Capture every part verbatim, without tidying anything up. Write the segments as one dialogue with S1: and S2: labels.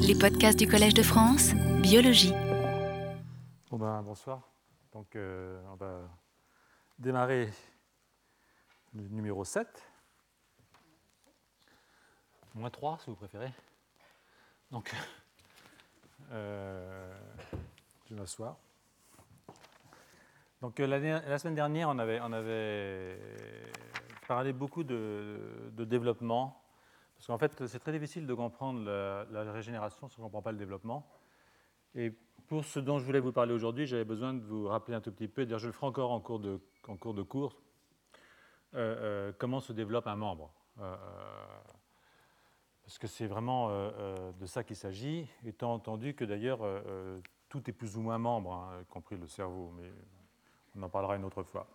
S1: Les podcasts du Collège de France, Biologie.
S2: Bon ben, bonsoir. Donc, euh, on va démarrer le numéro sept. Moins trois, si vous préférez. Donc, euh, je vais m'asseoir. Donc, la, la semaine dernière, on avait, on avait parlé beaucoup de, de développement. Parce qu'en fait, c'est très difficile de comprendre la, la régénération si on ne comprend pas le développement. Et pour ce dont je voulais vous parler aujourd'hui, j'avais besoin de vous rappeler un tout petit peu, dire je le ferai encore en cours de, en cours, de cours euh, euh, comment se développe un membre. Euh, parce que c'est vraiment euh, euh, de ça qu'il s'agit, étant entendu que d'ailleurs euh, tout est plus ou moins membre, hein, y compris le cerveau, mais on en parlera une autre fois.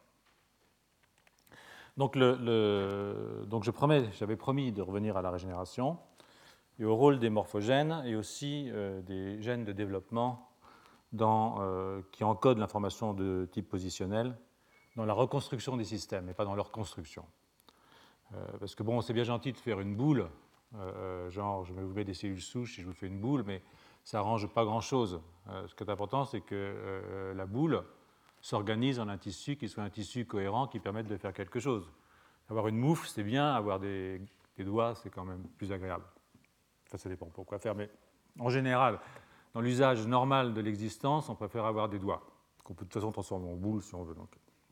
S2: Donc, le, le, donc je promets, j'avais promis de revenir à la régénération et au rôle des morphogènes et aussi euh, des gènes de développement dans, euh, qui encodent l'information de type positionnel dans la reconstruction des systèmes et pas dans leur construction. Euh, parce que bon, c'est bien gentil de faire une boule, euh, genre je vous mets des cellules souches et je vous fais une boule, mais ça n'arrange pas grand-chose. Euh, ce qui est important, c'est que euh, la boule s'organise en un tissu qui soit un tissu cohérent qui permette de faire quelque chose. Avoir une mouffe, c'est bien, avoir des, des doigts, c'est quand même plus agréable. Enfin, ça dépend pourquoi faire, mais en général, dans l'usage normal de l'existence, on préfère avoir des doigts, qu'on peut de toute façon transformer en boule si on veut. Donc,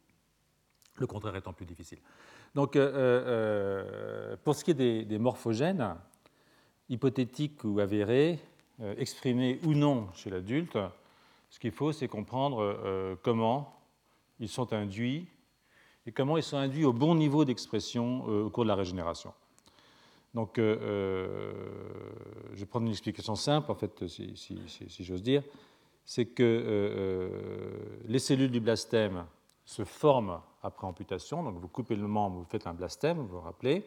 S2: le contraire étant plus difficile. Donc, euh, euh, pour ce qui est des, des morphogènes, hypothétiques ou avérés, euh, exprimés ou non chez l'adulte, ce qu'il faut, c'est comprendre euh, comment ils sont induits et comment ils sont induits au bon niveau d'expression euh, au cours de la régénération. Donc, euh, euh, je vais prendre une explication simple, en fait, si, si, si, si j'ose dire, c'est que euh, les cellules du blastème se forment après amputation, donc vous coupez le membre, vous faites un blastème, vous vous rappelez,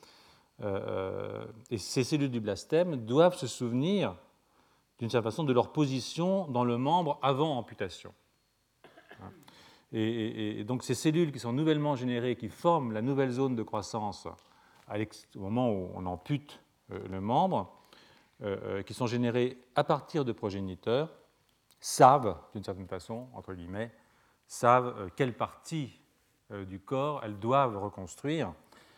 S2: euh, et ces cellules du blastème doivent se souvenir, d'une certaine façon, de leur position dans le membre avant amputation. Et, et, et donc ces cellules qui sont nouvellement générées, qui forment la nouvelle zone de croissance au moment où on ampute euh, le membre, euh, qui sont générées à partir de progéniteurs, savent, d'une certaine façon, entre guillemets, savent euh, quelle partie euh, du corps elles doivent reconstruire,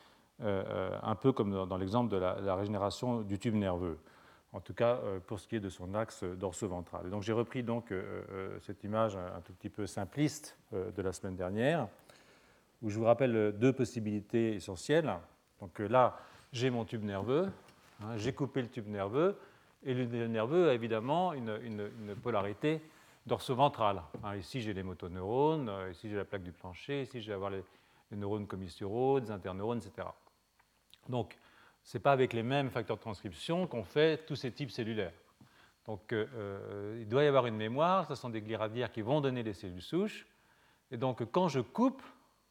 S2: euh, un peu comme dans, dans l'exemple de la, la régénération du tube nerveux, en tout cas euh, pour ce qui est de son axe dorso-ventral. Et donc j'ai repris donc euh, euh, cette image un tout petit peu simpliste euh, de la semaine dernière, où je vous rappelle deux possibilités essentielles. Donc euh, là, j'ai mon tube nerveux, hein, j'ai coupé le tube nerveux, et le nerveux a évidemment une, une, une polarité dorso-ventrale. Hein, ici, j'ai les motoneurones, ici, j'ai la plaque du plancher, ici, je vais avoir les, les neurones commissuraux, des interneurones, et cetera. Donc, ce n'est pas avec les mêmes facteurs de transcription qu'on fait tous ces types cellulaires. Donc, euh, il doit y avoir une mémoire, ce sont des glies radiaires qui vont donner les cellules souches. Et donc, quand je coupe,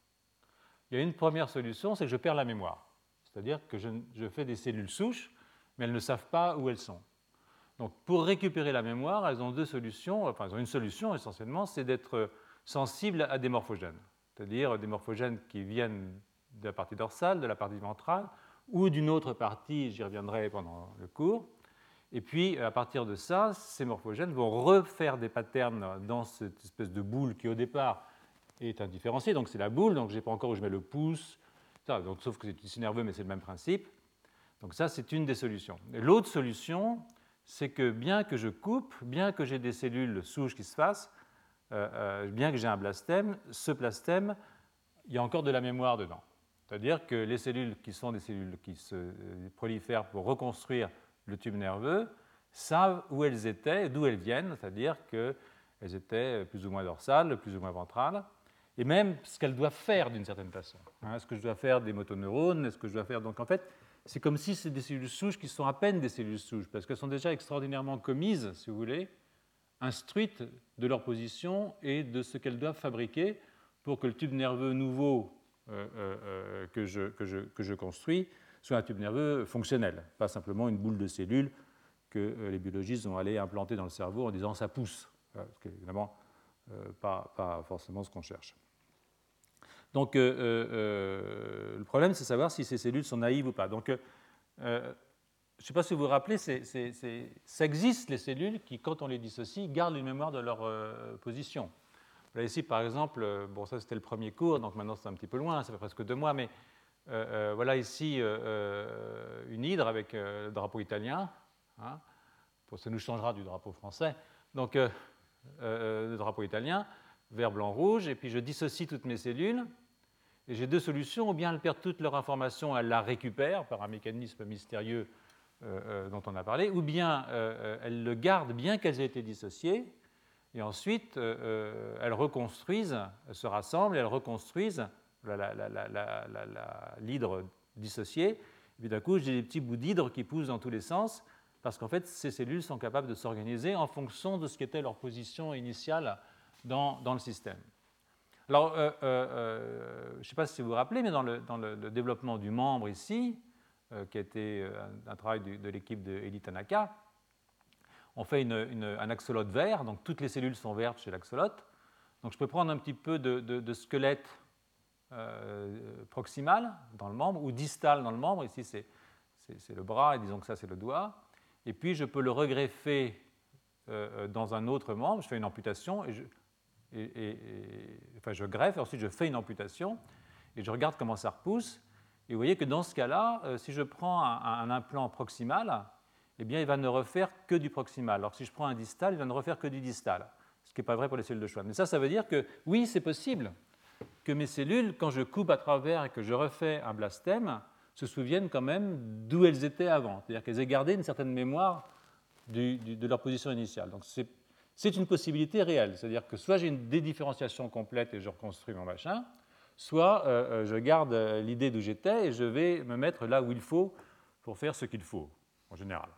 S2: il y a une première solution, c'est que je perds la mémoire. C'est-à-dire que je, je fais des cellules souches, mais elles ne savent pas où elles sont. Donc, pour récupérer la mémoire, elles ont deux solutions, enfin, elles ont une solution essentiellement, c'est d'être sensibles à des morphogènes, c'est-à-dire des morphogènes qui viennent de la partie dorsale, de la partie ventrale, ou d'une autre partie, j'y reviendrai pendant le cours. Et puis, à partir de ça, ces morphogènes vont refaire des patterns dans cette espèce de boule qui, au départ, est indifférenciée. Donc, c'est la boule, donc je ne sais pas encore où je mets le pouce, ça, donc, sauf que c'est tissu nerveux, mais c'est le même principe. Donc, ça, c'est une des solutions. Et l'autre solution, c'est que bien que je coupe, bien que j'ai des cellules souches qui se fassent, euh, euh, bien que j'ai un blastème, ce blastème, il y a encore de la mémoire dedans. C'est-à-dire que les cellules qui sont des cellules qui se prolifèrent pour reconstruire le tube nerveux savent où elles étaient, d'où elles viennent, c'est-à-dire qu'elles étaient plus ou moins dorsales, plus ou moins ventrales, et même ce qu'elles doivent faire d'une certaine façon. Hein, est-ce que je dois faire des motoneurones? Est-ce que je dois faire... Donc en fait, c'est comme si c'est des cellules souches qui sont à peine des cellules souches, parce qu'elles sont déjà extraordinairement commises, si vous voulez, instruites de leur position et de ce qu'elles doivent fabriquer pour que le tube nerveux nouveau euh, euh, que, je, que, je, que je construis soit un tube nerveux fonctionnel, pas simplement une boule de cellules que euh, les biologistes vont aller implanter dans le cerveau en disant ça pousse, ce qui est évidemment euh, pas, pas forcément ce qu'on cherche. Donc euh, euh, le problème, c'est de savoir si ces cellules sont naïves ou pas. Donc, euh, je ne sais pas si vous vous rappelez, c'est, c'est, c'est, ça existe les cellules qui, quand on les dissocie, gardent une mémoire de leur euh, position. Là, ici, par exemple, bon, ça c'était le premier cours, donc maintenant c'est un petit peu loin, ça fait presque deux mois, mais euh, euh, voilà ici euh, une hydre avec euh, le drapeau italien. Hein, ça nous changera du drapeau français. Donc, euh, euh, le drapeau italien, vert, blanc, rouge, et puis je dissocie toutes mes cellules, et j'ai deux solutions, ou bien elles perdent toute leur information, elles la récupèrent par un mécanisme mystérieux euh, euh, dont on a parlé, ou bien euh, elles le gardent bien qu'elles aient été dissociées, et ensuite euh, elles reconstruisent, elles se rassemblent, et elles reconstruisent la, la, la, la, la, la, l'hydre dissociée, et puis d'un coup j'ai des petits bouts d'hydre qui poussent dans tous les sens, parce qu'en fait, ces cellules sont capables de s'organiser en fonction de ce qu'était leur position initiale dans, dans le système. Alors, euh, euh, je ne sais pas si vous vous rappelez, mais dans le, dans le, le développement du membre ici, euh, qui a été un, un travail de, de l'équipe de Eli Tanaka, on fait une, une, un axolote vert, donc toutes les cellules sont vertes chez l'axolote. Donc, je peux prendre un petit peu de, de, de squelette euh, proximal dans le membre ou distal dans le membre. Ici, c'est, c'est, c'est le bras, et disons que ça, c'est le doigt. Et puis, je peux le regreffer euh, dans un autre membre. Je fais une amputation, et je, et, et, et, enfin, je greffe, et ensuite je fais une amputation, et je regarde comment ça repousse. Et vous voyez que dans ce cas-là, euh, si je prends un, un implant proximal, eh bien, il va ne refaire que du proximal. Alors, si je prends un distal, il va ne refaire que du distal, ce qui n'est pas vrai pour les cellules de Schwann. Mais ça, ça veut dire que, oui, c'est possible que mes cellules, quand je coupe à travers et que je refais un blastème, se souviennent quand même d'où elles étaient avant, c'est-à-dire qu'elles aient gardé une certaine mémoire du, du, de leur position initiale. Donc c'est, c'est une possibilité réelle, c'est-à-dire que soit j'ai une dédifférenciation complète et je reconstruis mon machin, soit euh, je garde l'idée d'où j'étais et je vais me mettre là où il faut pour faire ce qu'il faut, en général.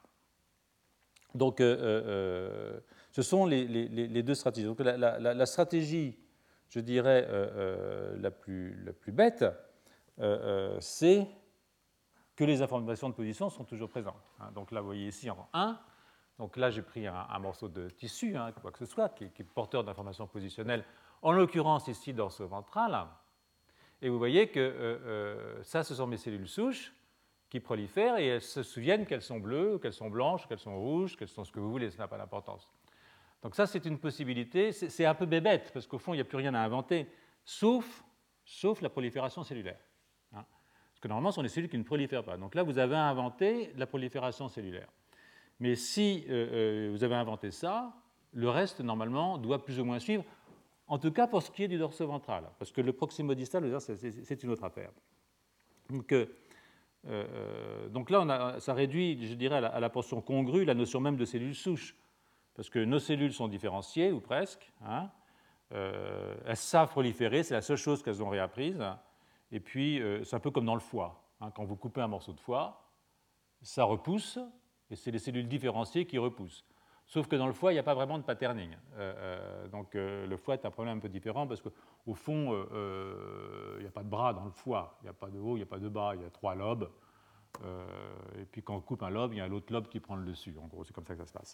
S2: Donc euh, euh, ce sont les, les, les deux stratégies. Donc la, la, la stratégie, je dirais, euh, euh, la, plus, la plus bête, euh, euh, c'est que les informations de position sont toujours présentes. Hein. Donc là, vous voyez ici en un. Donc là, j'ai pris un, un morceau de tissu, hein, quoi que ce soit, qui, qui est porteur d'informations positionnelles, en l'occurrence ici dorso-ventral. Et vous voyez que euh, euh, ça, ce sont mes cellules souches qui prolifèrent et elles se souviennent qu'elles sont bleues, qu'elles sont blanches, qu'elles sont rouges, qu'elles sont ce que vous voulez, ça n'a pas d'importance. Donc ça, c'est une possibilité. C'est, c'est un peu bébête, parce qu'au fond, il n'y a plus rien à inventer, sauf, sauf la prolifération cellulaire. Hein. Parce que normalement, ce sont des cellules qui ne prolifèrent pas. Donc là, vous avez inventé la prolifération cellulaire. Mais si euh, euh, vous avez inventé ça, le reste, normalement, doit plus ou moins suivre, en tout cas pour ce qui est du dorso-ventral, parce que le proximodistal, c'est, c'est, c'est une autre affaire. Donc, euh, euh, donc là, on a, ça réduit, je dirais, à la, à la portion congrue la notion même de cellules souches, parce que nos cellules sont différenciées, ou presque, hein, euh, elles savent proliférer, c'est la seule chose qu'elles ont réapprise, et puis euh, c'est un peu comme dans le foie. Hein, quand vous coupez un morceau de foie, ça repousse, et c'est les cellules différenciées qui repoussent. Sauf que dans le foie, il n'y a pas vraiment de patterning. Euh, euh, donc euh, le foie est un problème un peu différent, parce qu'au fond, euh, euh, il n'y a pas de bras dans le foie, il n'y a pas de haut, il n'y a pas de bas, il y a trois lobes, euh, et puis quand on coupe un lobe, il y a l'autre lobe qui prend le dessus. En gros, c'est comme ça que ça se passe.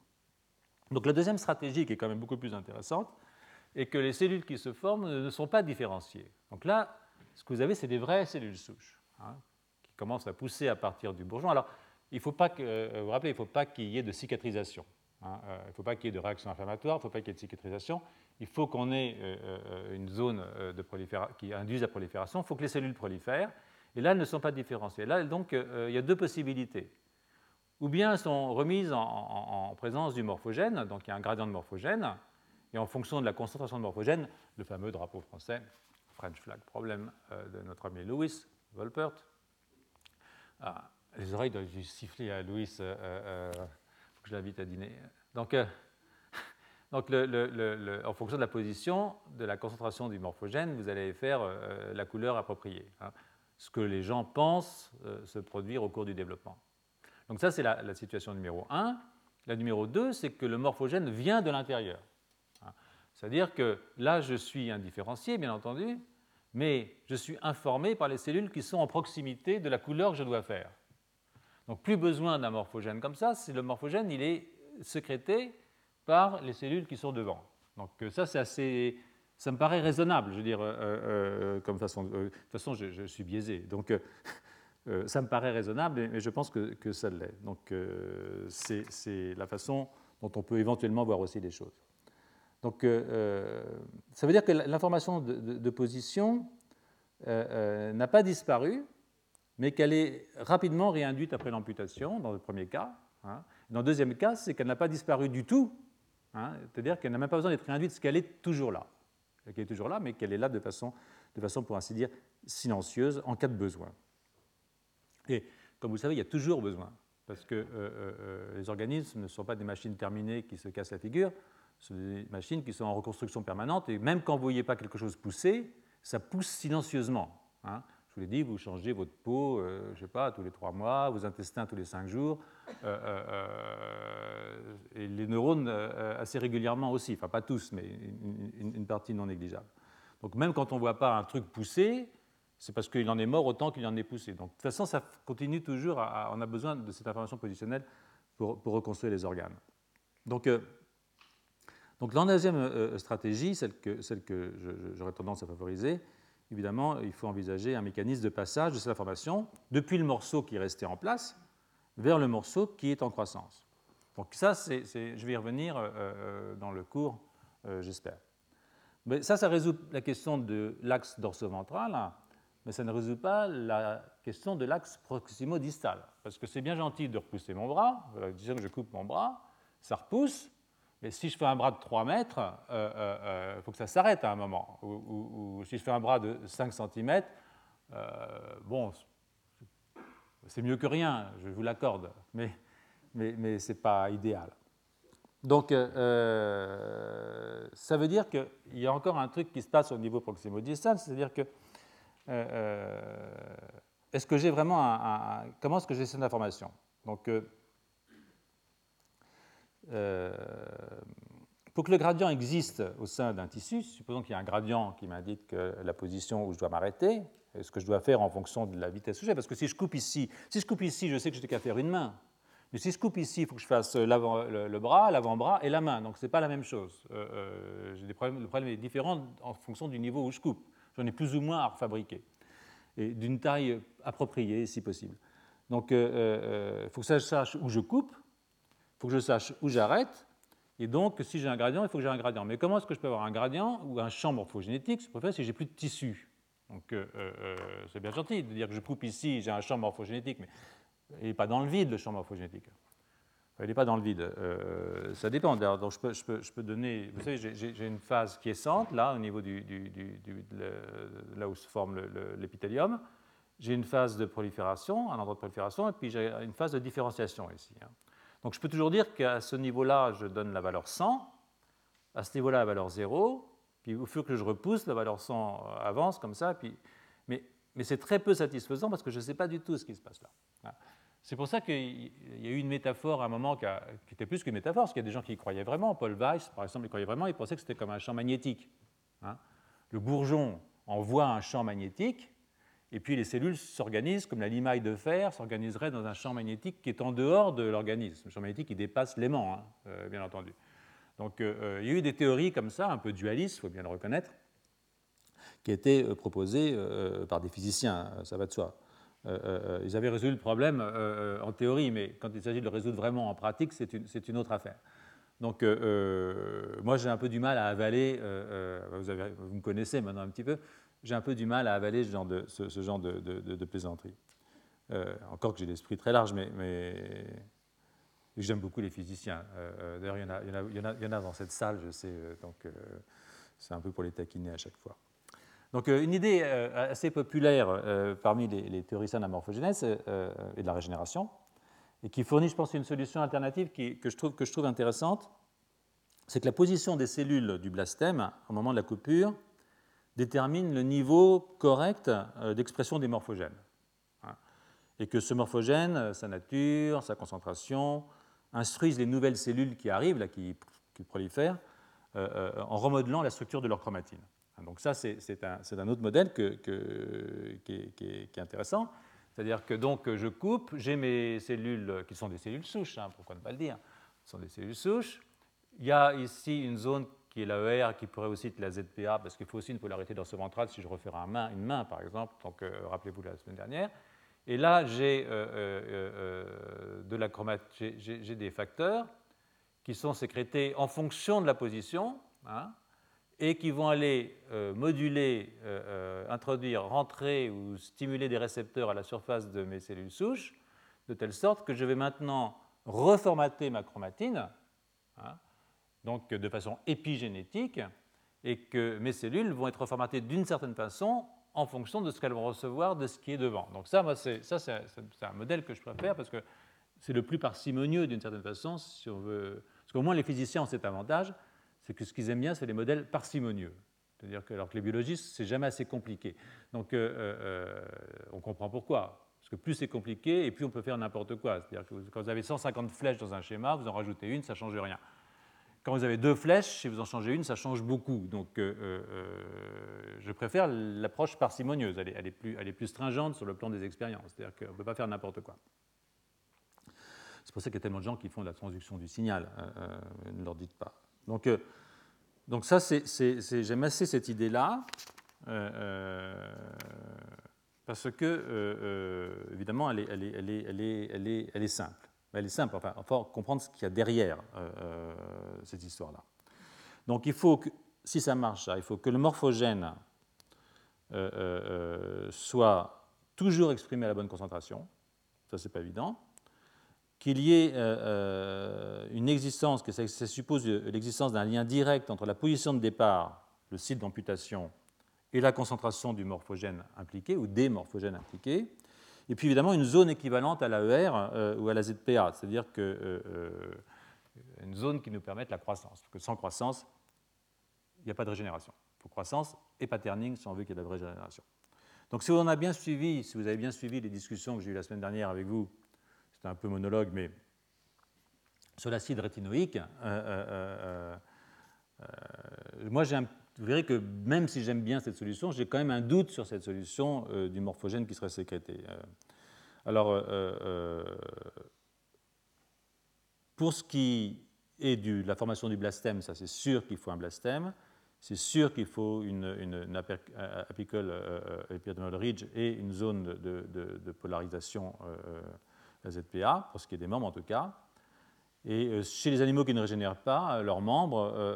S2: Donc la deuxième stratégie, qui est quand même beaucoup plus intéressante, est que les cellules qui se forment ne sont pas différenciées. Donc là, ce que vous avez, c'est des vraies cellules souches, hein, qui commencent à pousser à partir du bourgeon. Alors, il faut pas que, euh, vous vous rappelez, il ne faut pas qu'il y ait de cicatrisation. Hein, euh, il ne faut pas qu'il y ait de réaction inflammatoire, il ne faut pas qu'il y ait de cicatrisation. Il faut qu'on ait euh, euh, une zone de prolifération qui induise la prolifération. Il faut que les cellules prolifèrent. Et là, elles ne sont pas différenciées. Là, donc, euh, il y a deux possibilités. Ou bien elles sont remises en, en, en présence du morphogène, donc il y a un gradient de morphogène, et en fonction de la concentration de morphogène, le fameux drapeau français, French flag problem euh, de notre ami Louis Wolpert. Ah, les oreilles doivent siffler à Louis, il euh, euh, faut que je l'invite à dîner. Donc, euh, donc le, le, le, en fonction de la position, de la concentration du morphogène, vous allez faire euh, la couleur appropriée, hein, ce que les gens pensent euh, se produire au cours du développement. Donc ça, c'est la, la situation numéro un. La numéro deux, c'est que le morphogène vient de l'intérieur. C'est-à-dire que là, je suis indifférencié, bien entendu, mais je suis informé par les cellules qui sont en proximité de la couleur que je dois faire. Donc plus besoin d'un morphogène comme ça, c'est le morphogène, il est sécrété par les cellules qui sont devant. Donc ça, c'est assez, ça me paraît raisonnable, je veux dire, euh, euh, comme façon. Euh, de toute façon, je, je suis biaisé. Donc, euh, euh, ça me paraît raisonnable, mais je pense que, que ça l'est. Donc, euh, c'est, c'est la façon dont on peut éventuellement voir aussi les choses. Donc, euh, ça veut dire que l'information de, de, de position euh, euh, n'a pas disparu, mais qu'elle est rapidement réinduite après l'amputation, dans le premier cas. Hein. Dans le deuxième cas, c'est qu'elle n'a pas disparu du tout, hein, c'est-à-dire qu'elle n'a même pas besoin d'être réinduite, parce qu'elle est toujours là. Elle est toujours là, mais qu'elle est là de façon, de façon, pour ainsi dire, silencieuse, en cas de besoin. Et comme vous le savez, il y a toujours besoin, parce que euh, euh, les organismes ne sont pas des machines terminées qui se cassent la figure, ce sont des machines qui sont en reconstruction permanente, et même quand vous ne voyez pas quelque chose pousser, ça pousse silencieusement. Hein. Je vous l'ai dit, vous changez votre peau, euh, je ne sais pas, tous les trois mois, vos intestins tous les cinq jours, euh, euh, et les neurones euh, assez régulièrement aussi, enfin pas tous, mais une, une, une partie non négligeable. Donc même quand on ne voit pas un truc pousser, c'est parce qu'il en est mort autant qu'il en est poussé. Donc de toute façon, ça continue toujours, à, à, on a besoin de cette information positionnelle pour, pour reconstruire les organes. Donc, euh, donc la deuxième euh, stratégie, celle que, celle que je, j'aurais tendance à favoriser, évidemment, il faut envisager un mécanisme de passage de cette information depuis le morceau qui est resté en place vers le morceau qui est en croissance. Donc ça, c'est, c'est, je vais y revenir euh, dans le cours, euh, j'espère. Mais ça, ça résout la question de l'axe dorsoventral, hein, mais ça ne résout pas la question de l'axe proximo-distal. Parce que c'est bien gentil de repousser mon bras, disons que je coupe mon bras, ça repousse, mais si je fais un bras de trois mètres, il euh, euh, faut que ça s'arrête à un moment. Ou, ou, ou si je fais un bras de cinq centimètres, euh, bon, c'est mieux que rien, je vous l'accorde, mais, mais, mais ce n'est pas idéal. Donc, euh, ça veut dire qu'il y a encore un truc qui se passe au niveau proximo-distal, c'est-à-dire que euh, est-ce que j'ai vraiment un, un, comment est-ce que j'ai cette information? Donc, euh, euh, pour que le gradient existe au sein d'un tissu, supposons qu'il y a un gradient qui m'indique que la position où je dois m'arrêter, et ce que je dois faire en fonction de la vitesse où j'ai, parce que si je coupe ici, si je coupe ici, je sais que je n'ai qu'à faire une main. Mais si je coupe ici, il faut que je fasse l'avant, le, le bras, l'avant-bras et la main. Donc ce n'est pas la même chose. Euh, euh, j'ai des problèmes, le problème est différent en fonction du niveau où je coupe. J'en ai plus ou moins à refabriquer. Et d'une taille appropriée, si possible. Donc il euh, euh, faut que je sache où je coupe, il faut que je sache où j'arrête. Et donc, si j'ai un gradient, il faut que j'ai un gradient. Mais comment est-ce que je peux avoir un gradient ou un champ morphogénétique, je préfère si j'ai plus de tissu? Donc euh, euh, c'est bien gentil de dire que je coupe ici, j'ai un champ morphogénétique, mais il n'est pas dans le vide, le champ morphogénétique. Il n'est pas dans le vide. Euh, ça dépend. Donc, je peux, je, peux, je peux donner. Vous savez, j'ai, j'ai une phase quiescente, là, au niveau du, du, du, du le, là où se forme le, le, l'épithélium. J'ai une phase de prolifération, un endroit de prolifération, et puis j'ai une phase de différenciation ici. Hein. Donc, je peux toujours dire qu'à ce niveau-là, je donne la valeur cent, à ce niveau-là, la valeur zéro, puis au fur et à mesure que je repousse, la valeur cent avance comme ça, puis... mais, mais c'est très peu satisfaisant parce que je ne sais pas du tout ce qui se passe là. Hein. C'est pour ça qu'il y a eu une métaphore à un moment qui, a, qui était plus qu'une métaphore, parce qu'il y a des gens qui y croyaient vraiment. Paul Weiss, par exemple, il croyait vraiment, il pensait que c'était comme un champ magnétique. Hein. Le bourgeon envoie un champ magnétique, et puis les cellules s'organisent, comme la limaille de fer s'organiserait dans un champ magnétique qui est en dehors de l'organisme, un champ magnétique qui dépasse l'aimant, hein, euh, bien entendu. Donc euh, il y a eu des théories comme ça, un peu dualistes, il faut bien le reconnaître, qui étaient euh, proposées euh, par des physiciens, ça va de soi. Euh, euh, ils avaient résolu le problème euh, en théorie, mais quand il s'agit de le résoudre vraiment en pratique, c'est une, c'est une autre affaire. Donc, euh, euh, moi, j'ai un peu du mal à avaler, euh, euh, vous, avez, vous me connaissez maintenant un petit peu, j'ai un peu du mal à avaler ce genre de, ce, ce genre de, de, de, de plaisanterie. Euh, encore que j'ai l'esprit très large, mais, mais j'aime beaucoup les physiciens. Euh, d'ailleurs, il y, en a, il, y en a, il, y en a, il y en a dans cette salle, je sais, donc euh, c'est un peu pour les taquiner à chaque fois. Donc, une idée assez populaire euh, parmi les, les théoriciens de la morphogénèse euh, et de la régénération, et qui fournit, je pense, une solution alternative qui, que, je trouve, que je trouve intéressante, c'est que la position des cellules du blastème au moment de la coupure détermine le niveau correct euh, d'expression des morphogènes. Hein, et que ce morphogène, sa nature, sa concentration, instruisent les nouvelles cellules qui arrivent, là, qui, qui prolifèrent, euh, en remodelant la structure de leur chromatine. Donc ça, c'est, c'est, un, c'est un autre modèle que, que, qui, est, qui, est, qui est intéressant. C'est-à-dire que donc, je coupe, j'ai mes cellules qui sont des cellules souches, hein, pourquoi ne pas le dire, ce sont des cellules souches. Il y a ici une zone qui est l'A E R, qui pourrait aussi être la Z P A, parce qu'il faut aussi une polarité dorso-ventrale si je refais un main, une main, par exemple, donc euh, rappelez-vous la semaine dernière. Et là, j'ai euh, euh, de la chromate, j'ai, j'ai des facteurs qui sont sécrétés en fonction de la position, hein, et qui vont aller euh, moduler, euh, euh, introduire, rentrer ou stimuler des récepteurs à la surface de mes cellules souches, de telle sorte que je vais maintenant reformater ma chromatine, hein, donc de façon épigénétique, et que mes cellules vont être reformatées d'une certaine façon en fonction de ce qu'elles vont recevoir de ce qui est devant. Donc ça, moi, c'est, ça c'est, c'est un modèle que je préfère parce que c'est le plus parcimonieux d'une certaine façon, si on veut. Parce qu'au moins les physiciens ont cet avantage, c'est que ce qu'ils aiment bien, c'est les modèles parcimonieux. C'est-à-dire que, alors que les biologistes, c'est jamais assez compliqué. Donc, euh, euh, on comprend pourquoi. Parce que plus c'est compliqué, et plus on peut faire n'importe quoi. C'est-à-dire que quand vous avez cent cinquante flèches dans un schéma, vous en rajoutez une, ça ne change rien. Quand vous avez deux flèches, si vous en changez une, ça change beaucoup. Donc, euh, euh, je préfère l'approche parcimonieuse. Elle est, elle est plus, elle est plus stringente sur le plan des expériences. C'est-à-dire qu'on ne peut pas faire n'importe quoi. C'est pour ça qu'il y a tellement de gens qui font de la transduction du signal. Euh, ne leur dites pas. Donc, euh, donc ça, c'est, c'est, c'est, j'aime assez cette idée-là, euh, euh, parce que, euh, euh, évidemment, elle est, elle, est, elle, est, elle, est, elle, est, elle est simple. Elle est simple, enfin, il faut comprendre ce qu'il y a derrière euh, cette histoire-là. Donc, il faut que, si ça marche, il faut que le morphogène euh, euh, soit toujours exprimé à la bonne concentration. Ça, c'est pas évident. Qu'il y ait euh, une existence, que ça, ça suppose l'existence d'un lien direct entre la position de départ, le site d'amputation, et la concentration du morphogène impliqué, ou des morphogènes impliqués. Et puis évidemment une zone équivalente à l'A E R euh, ou à la Z P A, c'est-à-dire que, euh, une zone qui nous permette la croissance. Parce que sans croissance, il n'y a pas de régénération. Il faut croissance et patterning si on veut qu'il y ait de la régénération. Donc si on a bien suivi, si vous avez bien suivi les discussions que j'ai eues la semaine dernière avec vous, c'était un peu monologue, mais sur l'acide rétinoïque, euh, euh, euh, euh, moi, j'ai un, vous verrez que même si j'aime bien cette solution, j'ai quand même un doute sur cette solution euh, du morphogène qui serait sécrété. Euh, alors, euh, euh, pour ce qui est du, de la formation du blastème, ça c'est sûr qu'il faut un blastème, c'est sûr qu'il faut une, une, une apical euh, epidermal ridge et une zone de, de, de polarisation euh, la Z P A, pour ce qui est des membres en tout cas. Et chez les animaux qui ne régénèrent pas, leurs membres, euh,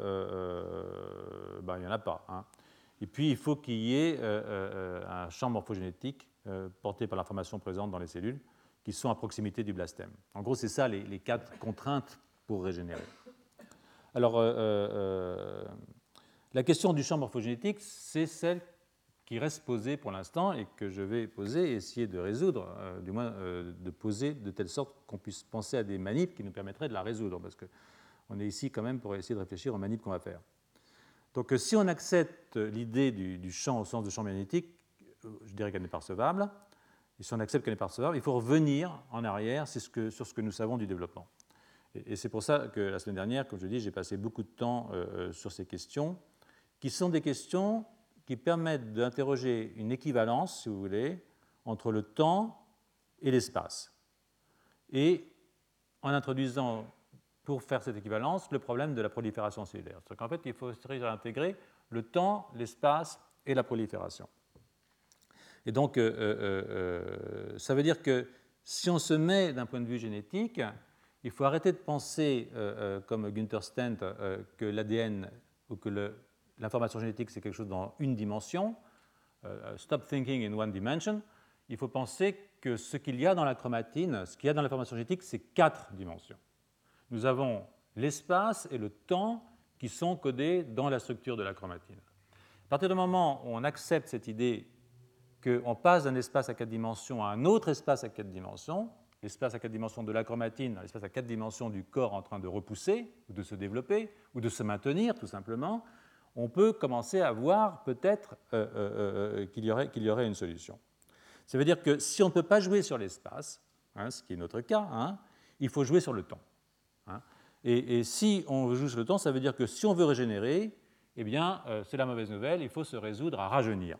S2: euh, ben, il n'y en a pas. Hein. Et puis, il faut qu'il y ait euh, un champ morphogénétique euh, porté par l'information présente dans les cellules qui sont à proximité du blastème. En gros, c'est ça les, les quatre contraintes pour régénérer. Alors, euh, euh, la question du champ morphogénétique, c'est celle qui reste posée pour l'instant et que je vais poser et essayer de résoudre, euh, du moins euh, de poser de telle sorte qu'on puisse penser à des manips qui nous permettraient de la résoudre, parce qu'on est ici quand même pour essayer de réfléchir aux manips qu'on va faire. Donc euh, si on accepte l'idée du, du champ au sens de champ magnétique, euh, je dirais qu'elle n'est pas recevable, et si on accepte qu'elle n'est pas recevable, il faut revenir en arrière c'est ce que, sur ce que nous savons du développement. Et, et c'est pour ça que la semaine dernière, comme je dis, j'ai passé beaucoup de temps euh, sur ces questions, qui sont des questions qui permettent d'interroger une équivalence, si vous voulez, entre le temps et l'espace. Et en introduisant, pour faire cette équivalence, le problème de la prolifération cellulaire. C'est-à-dire qu'en fait, il faut intégrer le temps, l'espace et la prolifération. Et donc, euh, euh, euh, ça veut dire que si on se met d'un point de vue génétique, il faut arrêter de penser, euh, euh, comme Günther Stent, euh, que l'A D N ou que le l'information génétique, c'est quelque chose dans une dimension. Uh, stop thinking in one dimension. Il faut penser que ce qu'il y a dans la chromatine, ce qu'il y a dans l'information génétique, c'est quatre dimensions. Nous avons l'espace et le temps qui sont codés dans la structure de la chromatine. À partir du moment où on accepte cette idée qu'on passe d'un espace à quatre dimensions à un autre espace à quatre dimensions, l'espace à quatre dimensions de la chromatine, l'espace à quatre dimensions du corps en train de repousser, ou de se développer, ou de se maintenir, tout simplement, on peut commencer à voir peut-être euh, euh, qu'il y aurait, qu'il y aurait une solution. Ça veut dire que si on ne peut pas jouer sur l'espace, hein, ce qui est notre cas, hein, il faut jouer sur le temps. Hein. Et, et si on joue sur le temps, ça veut dire que si on veut régénérer, eh bien, euh, c'est la mauvaise nouvelle, il faut se résoudre à rajeunir.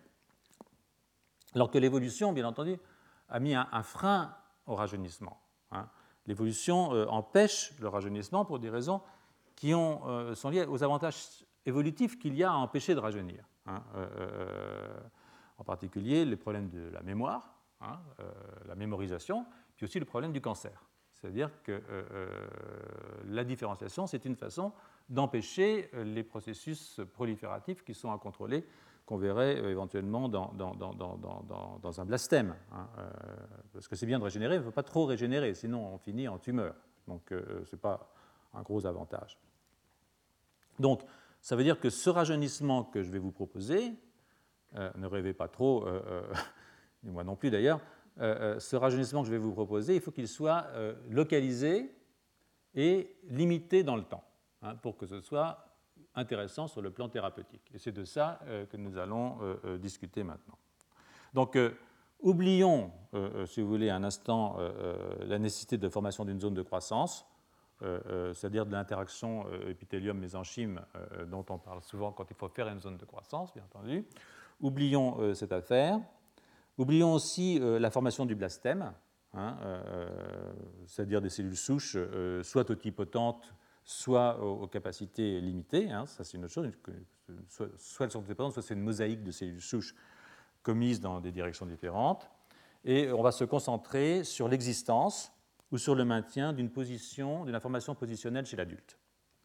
S2: Alors que l'évolution, bien entendu, a mis un, un frein au rajeunissement. Hein. L'évolution euh, empêche le rajeunissement pour des raisons qui ont, euh, sont liées aux avantages évolutif qu'il y a à empêcher de rajeunir. Hein. Euh, en particulier, les problèmes de la mémoire, hein, euh, la mémorisation, puis aussi le problème du cancer. C'est-à-dire que euh, euh, la différenciation, c'est une façon d'empêcher les processus prolifératifs qui sont à contrôler, qu'on verrait euh, éventuellement dans, dans, dans, dans, dans, dans un blastème. Hein, euh, parce que c'est bien de régénérer, il ne faut pas trop régénérer, sinon on finit en tumeur. Donc euh, ce n'est pas un gros avantage. Donc ça veut dire que ce rajeunissement que je vais vous proposer, euh, ne rêvez pas trop, euh, euh, et moi non plus d'ailleurs, euh, ce rajeunissement que je vais vous proposer, il faut qu'il soit euh, localisé et limité dans le temps, hein, pour que ce soit intéressant sur le plan thérapeutique. Et c'est de ça euh, que nous allons euh, euh, discuter maintenant. Donc, euh, oublions, euh, si vous voulez, un instant euh, la nécessité de formation d'une zone de croissance, euh, euh, c'est-à-dire de l'interaction euh, épithélium-mésenchyme euh, dont on parle souvent quand il faut faire une zone de croissance, bien entendu. Oublions euh, cette affaire. Oublions aussi euh, la formation du blastème, hein, euh, c'est-à-dire des cellules souches, euh, soit totipotentes, soit aux, aux capacités limitées. Hein, ça, c'est une autre chose. Soit, soit elles sont totipotentes, soit c'est une mosaïque de cellules souches commises dans des directions différentes. Et on va se concentrer sur l'existence ou sur le maintien d'une position, d'une information positionnelle chez l'adulte.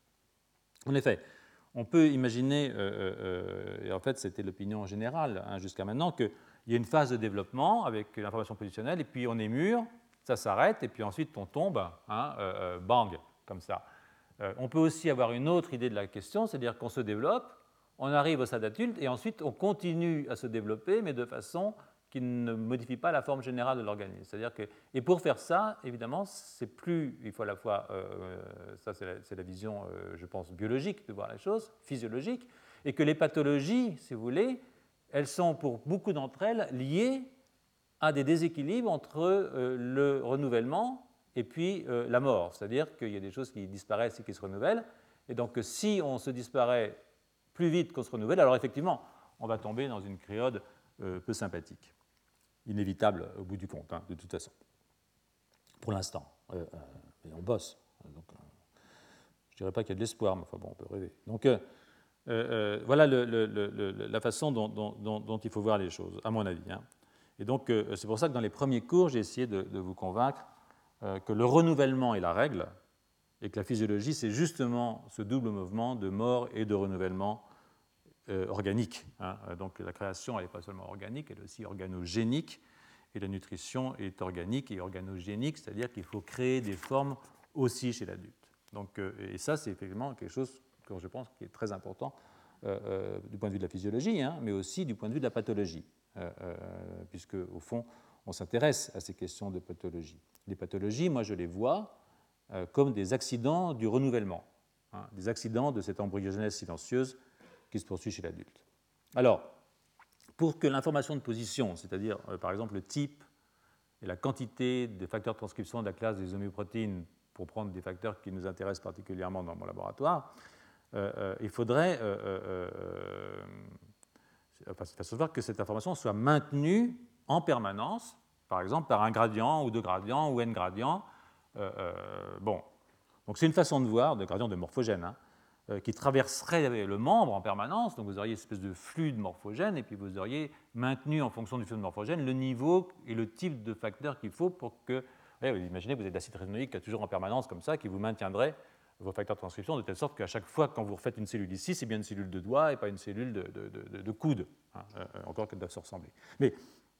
S2: En effet, on peut imaginer, euh, euh, et en fait c'était l'opinion générale hein, jusqu'à maintenant, qu'il y a une phase de développement avec l'information positionnelle, et puis on est mûr, ça s'arrête, et puis ensuite on tombe, hein, euh, bang, comme ça. Euh, on peut aussi avoir une autre idée de la question, c'est-à-dire qu'on se développe, on arrive au stade adulte, et ensuite on continue à se développer, mais de façon qui ne modifie pas la forme générale de l'organisme. C'est-à-dire que, et pour faire ça, évidemment, c'est plus, il faut à la fois, euh, ça c'est la, c'est la vision, euh, je pense, biologique de voir les choses, physiologique, et que les pathologies, si vous voulez, elles sont pour beaucoup d'entre elles liées à des déséquilibres entre euh, le renouvellement et puis euh, la mort. C'est-à-dire qu'il y a des choses qui disparaissent et qui se renouvellent, et donc si on se disparaît plus vite qu'on se renouvelle, alors effectivement, on va tomber dans une période euh, peu sympathique. Inévitable au bout du compte, hein, de toute façon. Pour l'instant. Euh, euh, mais on bosse. Donc, euh, je ne dirais pas qu'il y a de l'espoir, mais enfin bon, on peut rêver. Donc, euh, euh, voilà le, le, le, la façon dont, dont, dont il faut voir les choses, à mon avis. Hein. Et donc, euh, c'est pour ça que dans les premiers cours, j'ai essayé de, de vous convaincre euh, que le renouvellement est la règle et que la physiologie, c'est justement ce double mouvement de mort et de renouvellement Euh, organique. Hein. Donc la création, elle n'est pas seulement organique, elle est aussi organogénique, et la nutrition est organique et organogénique, c'est-à-dire qu'il faut créer des formes aussi chez l'adulte. Donc, euh, et ça, c'est effectivement quelque chose que je pense qui est très important euh, euh, du point de vue de la physiologie, hein, mais aussi du point de vue de la pathologie, euh, euh, puisque au fond, on s'intéresse à ces questions de pathologie. Les pathologies, moi, je les vois euh, comme des accidents du renouvellement, hein, des accidents de cette embryogenèse silencieuse qui se poursuit chez l'adulte. Alors, pour que l'information de position, c'est-à-dire euh, par exemple le type et la quantité de facteurs de transcription de la classe des homéoprotéines, pour prendre des facteurs qui nous intéressent particulièrement dans mon laboratoire, euh, euh, il faudrait euh, euh, euh, enfin, il faut savoir que cette information soit maintenue en permanence, par exemple par un gradient ou deux gradients ou n gradients. Euh, euh, bon, donc c'est une façon de voir, de gradient de morphogène, hein, qui traverserait le membre en permanence, donc vous auriez une espèce de flux de morphogène, et puis vous auriez maintenu en fonction du flux de morphogène le niveau et le type de facteur qu'il faut pour que, vous imaginez que vous avez de l'acide rétinoïque qui est toujours en permanence comme ça, qui vous maintiendrait vos facteurs de transcription de telle sorte qu'à chaque fois quand vous refaites une cellule ici, c'est bien une cellule de doigt et pas une cellule de, de, de, de coude, hein, euh, encore qu'elles doivent se ressembler. Mais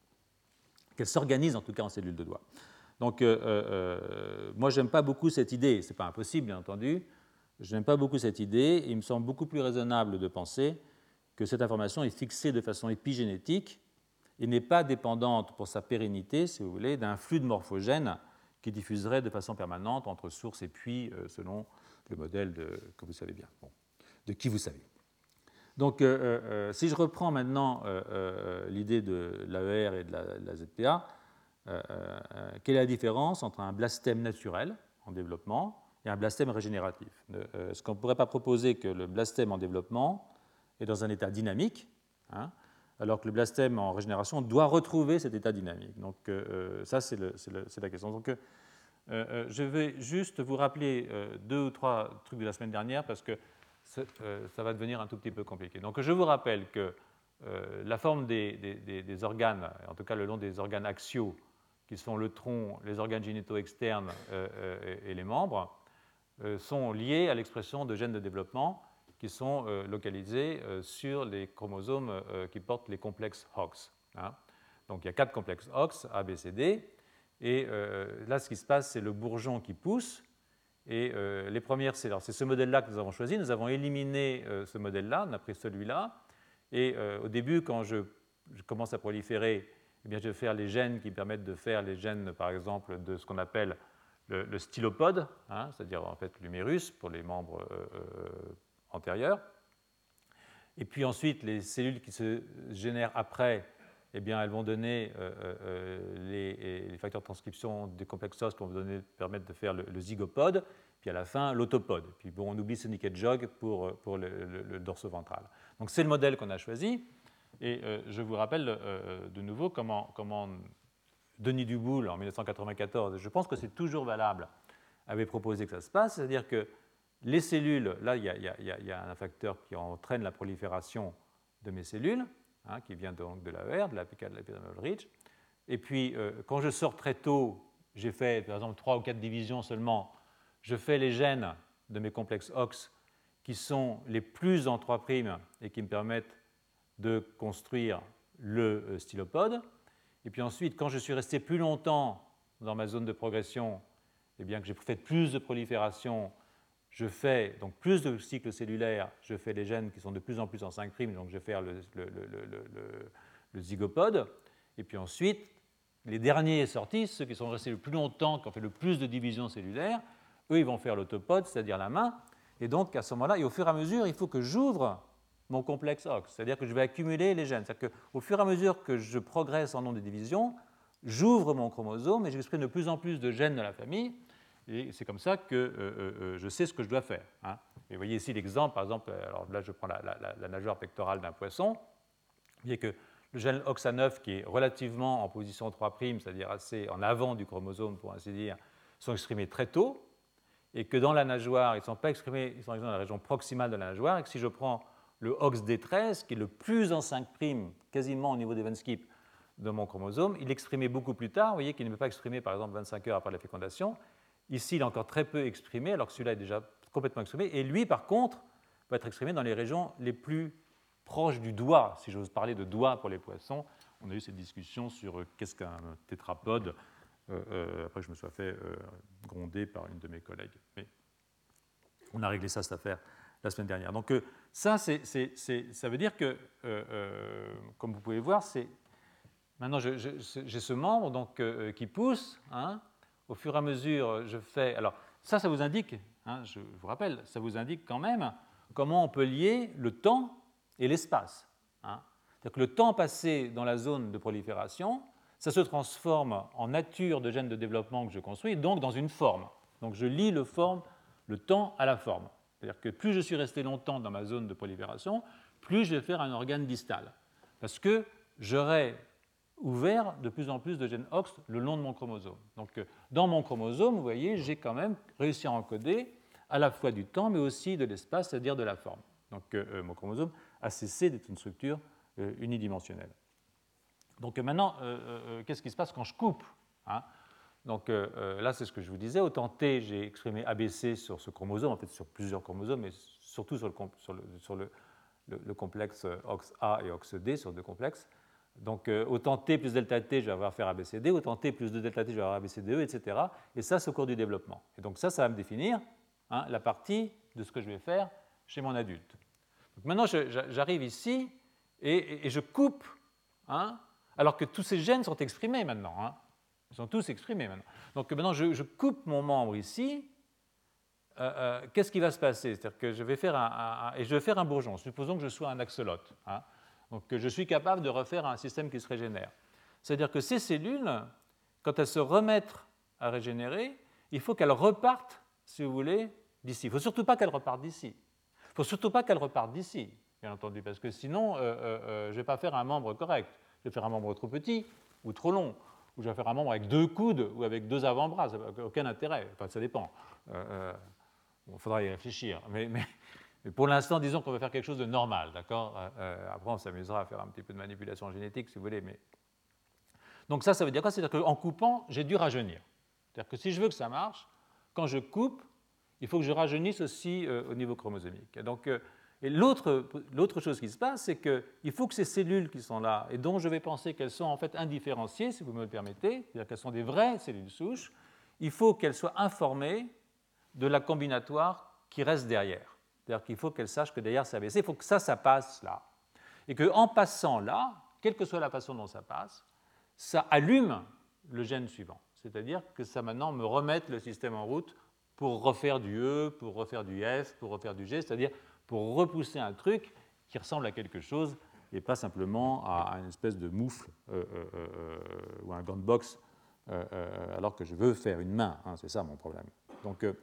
S2: qu'elles s'organisent en tout cas en cellules de doigt. Donc euh, euh, moi j'aime pas beaucoup cette idée, c'est pas impossible bien entendu. Je n'aime pas beaucoup cette idée, et il me semble beaucoup plus raisonnable de penser que cette information est fixée de façon épigénétique et n'est pas dépendante pour sa pérennité, si vous voulez, d'un flux de morphogènes qui diffuserait de façon permanente entre source et puits, euh, selon le modèle de, que vous savez bien, bon, de qui vous savez. Donc, euh, euh, si je reprends maintenant euh, euh, l'idée de l'A E R et de la, de la Z P A, euh, euh, quelle est la différence entre un blastème naturel en développement et un blastème régénératif? Euh, Est-ce qu'on ne pourrait pas proposer que le blastème en développement est dans un état dynamique, hein, alors que le blastème en régénération doit retrouver cet état dynamique? Donc euh, ça, c'est, le, c'est, le, c'est la question. Donc, euh, euh, je vais juste vous rappeler euh, deux ou trois trucs de la semaine dernière, parce que euh, ça va devenir un tout petit peu compliqué. Donc je vous rappelle que euh, la forme des, des, des organes, en tout cas le long des organes axiaux, qui sont le tronc, les organes génitaux externes euh, euh, et les membres, euh, sont liés à l'expression de gènes de développement qui sont euh, localisés euh, sur les chromosomes euh, qui portent les complexes Hox. Hein. Donc il y a quatre complexes Hox, A, B, C, D, et euh, là ce qui se passe, c'est le bourgeon qui pousse, et euh, les premières, c'est, c'est ce modèle-là que nous avons choisi, nous avons éliminé euh, ce modèle-là, on a pris celui-là, et euh, au début, quand je, je commence à proliférer, eh bien, je vais faire les gènes qui permettent de faire les gènes, par exemple, de ce qu'on appelle le, le stylopode, hein, c'est-à-dire en fait l'humérus pour les membres euh, euh, antérieurs. Et puis ensuite, les cellules qui se génèrent après, eh bien, elles vont donner euh, euh, les, les facteurs de transcription des complexes os qui vont donner, permettre de faire le, le zygopode, puis à la fin, l'autopode. Puis bon, on oublie ce nicket jog pour, pour le, le, le dorso-ventral. Donc c'est le modèle qu'on a choisi. Et euh, je vous rappelle euh, de nouveau comment, comment Denis Duboul, en mille neuf cent quatre-vingt-quatorze, je pense que c'est toujours valable, avait proposé que ça se passe, c'est-à-dire que les cellules, là, il y, y, y, y a un facteur qui entraîne la prolifération de mes cellules, hein, qui vient donc de l'A E R, de l'apical epidermal ridge. Et puis, euh, quand je sors très tôt, j'ai fait, par exemple, trois ou quatre divisions seulement, je fais les gènes de mes complexes Hox qui sont les plus en trois' et qui me permettent de construire le stylopode. Et puis ensuite, quand je suis resté plus longtemps dans ma zone de progression, eh bien que j'ai fait plus de prolifération, je fais donc plus de cycles cellulaires, je fais les gènes qui sont de plus en plus en cinq', donc je vais faire le, le, le, le, le zygopode. Et puis ensuite, les derniers sortis, ceux qui sont restés le plus longtemps, qui ont fait le plus de divisions cellulaires, eux, ils vont faire l'autopode, c'est-à-dire la main. Et donc, à ce moment-là, et au fur et à mesure, il faut que j'ouvre mon complexe Hox, c'est-à-dire que je vais accumuler les gènes. C'est-à-dire qu'au fur et à mesure que je progresse en nombre de divisions, j'ouvre mon chromosome et j'exprime de plus en plus de gènes de la famille. Et c'est comme ça que euh, euh, je sais ce que je dois faire. Hein. Et vous voyez ici l'exemple, par exemple, alors là je prends la, la, la nageoire pectorale d'un poisson. Vous voyez que le gène O X A neuf, qui est relativement en position trois', c'est-à-dire assez en avant du chromosome, pour ainsi dire, sont exprimés très tôt, et que dans la nageoire, ils ne sont pas exprimés, ils sont exprimés dans la région proximale de la nageoire, et que si je prends le O X D treize, qui est le plus en cinq', quasiment au niveau des Van-Skip de mon chromosome, il est exprimé beaucoup plus tard. Vous voyez qu'il ne peut pas exprimer, par exemple, vingt-cinq heures après la fécondation. Ici, il est encore très peu exprimé, alors que celui-là est déjà complètement exprimé. Et lui, par contre, va être exprimé dans les régions les plus proches du doigt, si j'ose parler de doigt pour les poissons. On a eu cette discussion sur euh, qu'est-ce qu'un tétrapode. Euh, euh, après, je me suis fait euh, gronder par une de mes collègues. Mais on a réglé ça, cette affaire, la semaine dernière. Donc euh, ça, c'est, c'est, c'est, ça veut dire que, euh, euh, comme vous pouvez voir, c'est, maintenant, je, je, j'ai ce membre donc, euh, qui pousse. Hein. Au fur et à mesure, je fais... Alors, ça, ça vous indique, hein, je vous rappelle, ça vous indique quand même comment on peut lier le temps et l'espace. Hein. C'est-à-dire que le temps passé dans la zone de prolifération, ça se transforme en nature de gène de développement que je construis, donc dans une forme. Donc, je lie le, forme, le temps à la forme. C'est-à-dire que plus je suis resté longtemps dans ma zone de prolifération, plus je vais faire un organe distal. Parce que j'aurai ouvert de plus en plus de gènes Hox le long de mon chromosome. Donc, dans mon chromosome, vous voyez, j'ai quand même réussi à encoder à la fois du temps, mais aussi de l'espace, c'est-à-dire de la forme. Donc, euh, mon chromosome a cessé d'être une structure euh, unidimensionnelle. Donc, euh, maintenant, euh, euh, qu'est-ce qui se passe quand je coupe, hein? Donc, euh, euh, là, c'est ce que je vous disais. Autant T, j'ai exprimé A B C sur ce chromosome, en fait, sur plusieurs chromosomes, mais surtout sur le, sur le, sur le, le, le complexe O X A et O X D, sur deux complexes. Donc, euh, autant T plus delta T, je vais avoir faire A B C D, autant T plus deux delta T, je vais avoir A B C D E, et cetera. Et ça, c'est au cours du développement. Et donc, ça, ça va me définir hein, la partie de ce que je vais faire chez mon adulte. Donc, maintenant, je, j'arrive ici et, et, et je coupe, hein, alors que tous ces gènes sont exprimés maintenant. Hein. Ils sont tous exprimés maintenant. Donc, maintenant, je, je coupe mon membre ici. Euh, euh, qu'est-ce qui va se passer? C'est-à-dire que je vais faire un, un, un, et je vais faire un bourgeon. Supposons que je sois un axolote. Hein. Donc, je suis capable de refaire un système qui se régénère. C'est-à-dire que ces cellules, quand elles se remettent à régénérer, il faut qu'elles repartent, si vous voulez, d'ici. Il ne faut surtout pas qu'elles repartent d'ici. Il ne faut surtout pas qu'elles repartent d'ici, bien entendu, parce que sinon, euh, euh, je ne vais pas faire un membre correct. Je vais faire un membre trop petit ou trop long, ou je vais faire un membre avec deux coudes ou avec deux avant-bras. Ça n'a aucun intérêt. Enfin, ça dépend. Euh, euh, il faudra y réfléchir. Mais, mais, Mais pour l'instant, disons qu'on va faire quelque chose de normal, d'accord? euh, Après, on s'amusera à faire un petit peu de manipulation génétique, si vous voulez. Mais... Donc ça, ça veut dire quoi? C'est-à-dire qu'en coupant, j'ai dû rajeunir. C'est-à-dire que si je veux que ça marche, quand je coupe, il faut que je rajeunisse aussi euh, au niveau chromosomique. Et donc, euh, et l'autre, l'autre chose qui se passe, c'est qu'il faut que ces cellules qui sont là, et dont je vais penser qu'elles sont en fait indifférenciées, si vous me le permettez, c'est-à-dire qu'elles sont des vraies cellules souches, il faut qu'elles soient informées de la combinatoire qui reste derrière. C'est-à-dire qu'il faut qu'elles sachent que derrière c'est A B C, il faut que ça, ça passe là. Et qu'en passant là, quelle que soit la façon dont ça passe, ça allume le gène suivant. C'est-à-dire que ça maintenant me remette le système en route pour refaire du E, pour refaire du F, pour refaire du G, c'est-à-dire pour repousser un truc qui ressemble à quelque chose et pas simplement à une espèce de moufle euh, euh, euh, ou un gant de boxe euh, euh, alors que je veux faire une main. Hein, c'est ça mon problème. Donc, euh,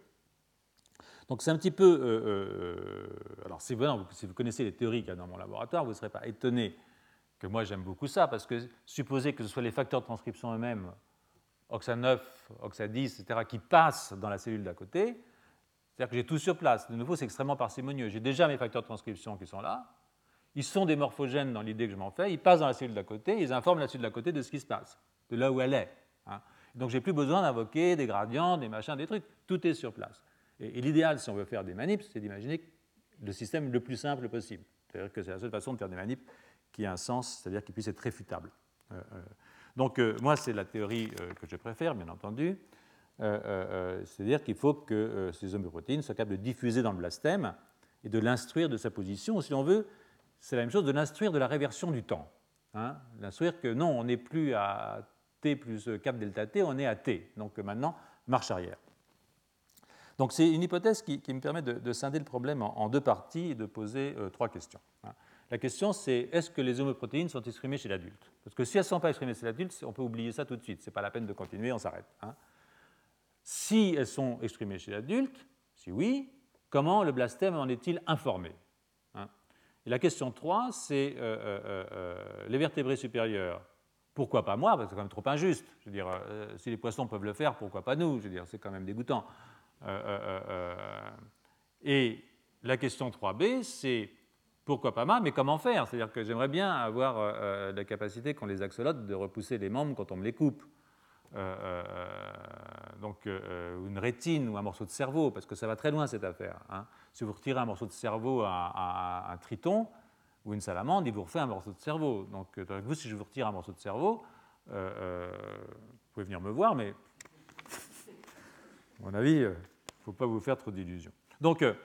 S2: donc c'est un petit peu... Euh, euh, alors si vous, si vous connaissez les théories qu'il y a dans mon laboratoire, vous ne serez pas étonné que moi j'aime beaucoup ça, parce que supposez que ce soit les facteurs de transcription eux-mêmes, O X A neuf, O X A dix, et cetera, qui passent dans la cellule d'à côté, c'est-à-dire que j'ai tout sur place. De nouveau, c'est extrêmement parcimonieux. J'ai déjà mes facteurs de transcription qui sont là. Ils sont des morphogènes dans l'idée que je m'en fais. Ils passent dans la cellule d'à côté. Ils informent la cellule d'à côté de ce qui se passe, de là où elle est. Hein. Donc, je n'ai plus besoin d'invoquer des gradients, des machins, des trucs. Tout est sur place. Et, et l'idéal, si on veut faire des manips, c'est d'imaginer le système le plus simple possible. C'est-à-dire que c'est la seule façon de faire des manips qui a un sens, c'est-à-dire qui puisse être réfutable. Euh, euh, donc, euh, moi, c'est la théorie euh, que je préfère, bien entendu. Euh, euh, c'est-à-dire qu'il faut que euh, ces homéoprotéines soient capables de diffuser dans le blastème et de l'instruire de sa position. Si on veut, c'est la même chose de l'instruire de la réversion du temps. Hein, l'instruire que non, on n'est plus à T plus cap delta T, on est à T. Donc maintenant, marche arrière. Donc c'est une hypothèse qui, qui me permet de, de scinder le problème en, en deux parties et de poser euh, trois questions. Hein. La question, c'est est-ce que les homéoprotéines sont exprimées chez l'adulte? Parce que si elles ne sont pas exprimées chez l'adulte, on peut oublier ça tout de suite. Ce n'est pas la peine de continuer, on s'arrête. Hein. Si elles sont exprimées chez l'adulte, si oui, comment le blastème en est-il informé? Hein? Et la question trois, c'est euh, euh, euh, les vertébrés supérieurs. Pourquoi pas moi? Parce que c'est quand même trop injuste. Je veux dire, euh, si les poissons peuvent le faire, pourquoi pas nous? Je veux dire, c'est quand même dégoûtant. Euh, euh, euh, et la question trois B, c'est pourquoi pas moi, mais comment faire? C'est-à-dire que j'aimerais bien avoir euh, la capacité qu'ont les axolotes de repousser les membres quand on me les coupe. Euh, euh, donc euh, une rétine ou un morceau de cerveau, parce que ça va très loin cette affaire. Hein. Si vous retirez un morceau de cerveau à, à, à un triton ou une salamandre, il vous refait un morceau de cerveau. Donc euh, vous, si je vous retire un morceau de cerveau, euh, euh, vous pouvez venir me voir, mais à mon avis, il euh, ne faut pas vous faire trop d'illusions. Donc, euh,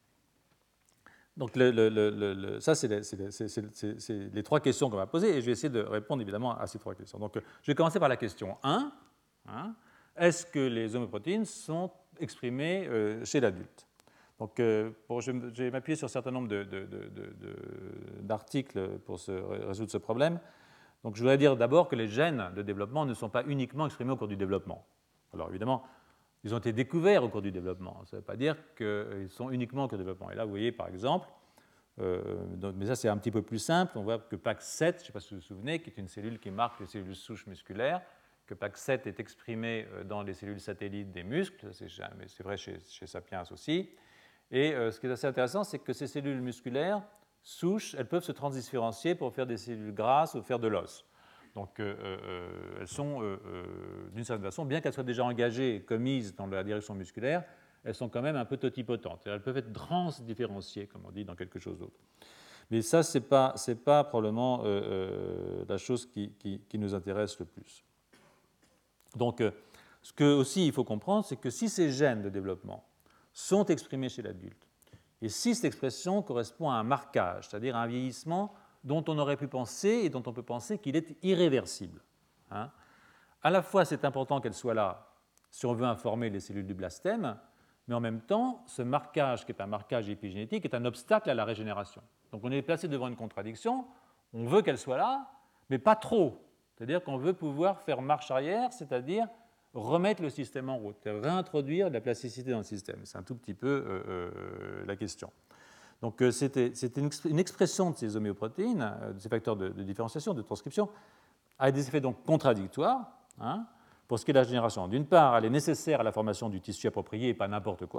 S2: donc le, le, le, le, ça, c'est les, c'est, c'est, c'est, c'est les trois questions qu'on va poser, et je vais essayer de répondre évidemment à ces trois questions. Donc, euh, je vais commencer par la question un. Hein, est-ce que les homéoprotéines sont exprimées euh, chez l'adulte? Donc, euh, bon, je, je vais m'appuyer sur un certain nombre de, de, de, de, d'articles pour se, résoudre ce problème. Donc, je voudrais dire d'abord que les gènes de développement ne sont pas uniquement exprimés au cours du développement. Alors, évidemment, ils ont été découverts au cours du développement. Ça ne veut pas dire qu'ils sont uniquement au cours du développement. Et là, vous voyez, par exemple, euh, donc, mais ça, c'est un petit peu plus simple. On voit que P A X sept, je ne sais pas si vous vous souvenez, qui est une cellule qui marque les cellules souches musculaires, que P A X sept est exprimé dans les cellules satellites des muscles, c'est, c'est vrai chez, chez Sapiens aussi. Et euh, ce qui est assez intéressant, c'est que ces cellules musculaires souches, elles peuvent se transdifférencier pour faire des cellules grasses ou faire de l'os. Donc, euh, euh, elles sont, euh, euh, d'une certaine façon, bien qu'elles soient déjà engagées et commises dans la direction musculaire, elles sont quand même un peu totipotentes. Elles peuvent être transdifférenciées, comme on dit, dans quelque chose d'autre. Mais ça, ce n'est pas, c'est pas probablement euh, euh, la chose qui, qui, qui nous intéresse le plus. Donc, euh, ce que aussi il faut comprendre, c'est que si ces gènes de développement sont exprimés chez l'adulte, et si cette expression correspond à un marquage, c'est-à-dire à un vieillissement dont on aurait pu penser et dont on peut penser qu'il est irréversible. Hein. À la fois, c'est important qu'elle soit là si on veut informer les cellules du blastème, mais en même temps, ce marquage, qui est un marquage épigénétique, est un obstacle à la régénération. Donc on est placé devant une contradiction, on veut qu'elle soit là, mais pas trop. C'est-à-dire qu'on veut pouvoir faire marche arrière, c'est-à-dire remettre le système en route, réintroduire de la plasticité dans le système. C'est un tout petit peu euh, euh, la question. Donc c'était, c'était une expression de ces homéoprotéines, de ces facteurs de, de différenciation, de transcription, a des effets donc contradictoires. Hein, pour ce qui est de la régénération. D'une part, elle est nécessaire à la formation du tissu approprié et pas n'importe quoi.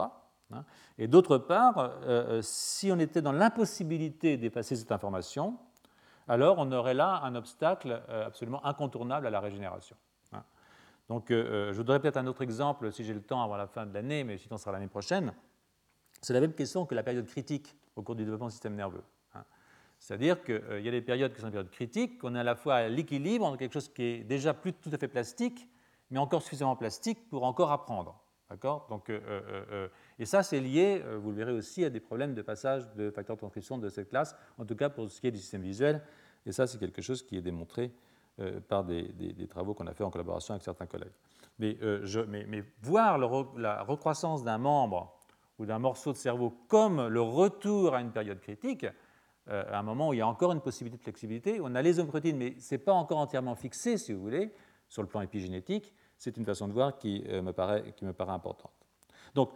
S2: Hein. Et d'autre part, euh, si on était dans l'impossibilité d'effacer cette information, alors on aurait là un obstacle euh, absolument incontournable à la régénération. Hein. Donc, euh, je voudrais peut-être un autre exemple, si j'ai le temps, avant la fin de l'année, mais sinon ce sera l'année prochaine. C'est la même question que la période critique au cours du développement du système nerveux. Hein. C'est-à-dire qu'il euh, y a des périodes qui sont des périodes critiques, qu'on est à la fois à l'équilibre entre quelque chose qui est déjà plus tout à fait plastique, mais encore suffisamment plastique pour encore apprendre. D'accord ? Donc, euh, euh, euh, et ça, c'est lié, euh, vous le verrez aussi, à des problèmes de passage de facteurs de transcription de cette classe, en tout cas pour ce qui est du système visuel. Et ça, c'est quelque chose qui est démontré euh, par des, des, des travaux qu'on a fait en collaboration avec certains collègues. Mais, euh, je, mais, mais voir le, la recroissance d'un membre ou d'un morceau de cerveau comme le retour à une période critique, euh, à un moment où il y a encore une possibilité de flexibilité, on a les oncoprotéines, mais ce n'est pas encore entièrement fixé, si vous voulez, sur le plan épigénétique. C'est une façon de voir qui, euh, me, paraît, qui me paraît importante. Donc,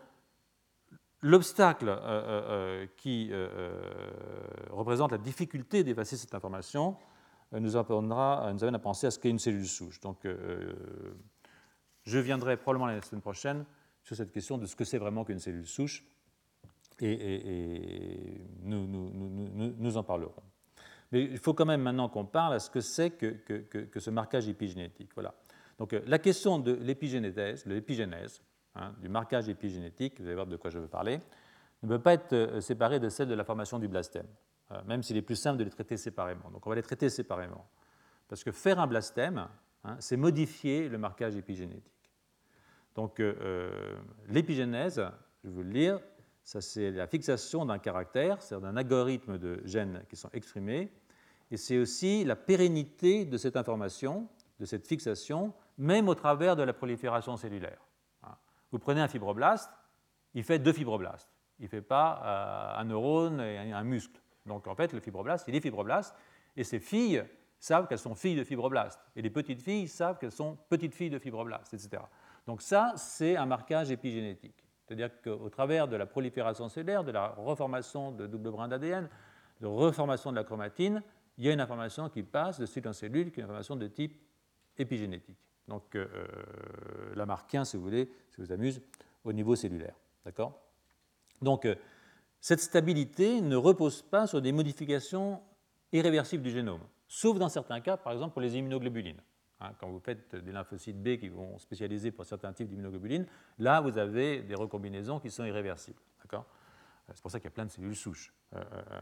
S2: l'obstacle euh, euh, qui euh, représente la difficulté d'effacer cette information euh, nous, apprendra, nous amène à penser à ce qu'est une cellule souche. Donc, euh, je viendrai probablement la semaine prochaine sur cette question de ce que c'est vraiment qu'une cellule souche, et, et, et nous, nous, nous, nous en parlerons. Mais il faut quand même maintenant qu'on parle à ce que c'est que, que, que, que ce marquage épigénétique. Voilà. Donc, la question de l'épigénèse, de l'épigénèse, hein, du marquage épigénétique, vous allez voir de quoi je veux parler, ne peut pas être séparée de celle de la formation du blastème, hein, même s'il est plus simple de les traiter séparément. Donc, on va les traiter séparément. Parce que faire un blastème, hein, c'est modifier le marquage épigénétique. Donc, euh, l'épigénèse, je vais vous le lire, ça c'est la fixation d'un caractère, c'est-à-dire d'un algorithme de gènes qui sont exprimés, et c'est aussi la pérennité de cette information, de cette fixation, même au travers de la prolifération cellulaire. Vous prenez un fibroblaste, il fait deux fibroblastes. Il ne fait pas euh, un neurone et un muscle. Donc en fait, le fibroblaste, il est fibroblaste, et ces filles savent qu'elles sont filles de fibroblastes, et les petites filles savent qu'elles sont petites filles de fibroblastes, et cetera. Donc ça, c'est un marquage épigénétique. C'est-à-dire qu'au travers de la prolifération cellulaire, de la reformation de double brin d'A D N, de reformation de la chromatine, il y a une information qui passe de cellule en cellule, qui est une information de type épigénétique. Donc euh, la marque un, si vous voulez, si ça vous amuse, au niveau cellulaire. D'accord ? Donc euh, cette stabilité ne repose pas sur des modifications irréversibles du génome, sauf dans certains cas, par exemple pour les immunoglobulines. Hein, quand vous faites des lymphocytes B qui vont spécialiser pour certains types d'immunoglobulines, là vous avez des recombinaisons qui sont irréversibles. D'accord ? C'est pour ça qu'il y a plein de cellules souches. Euh, euh,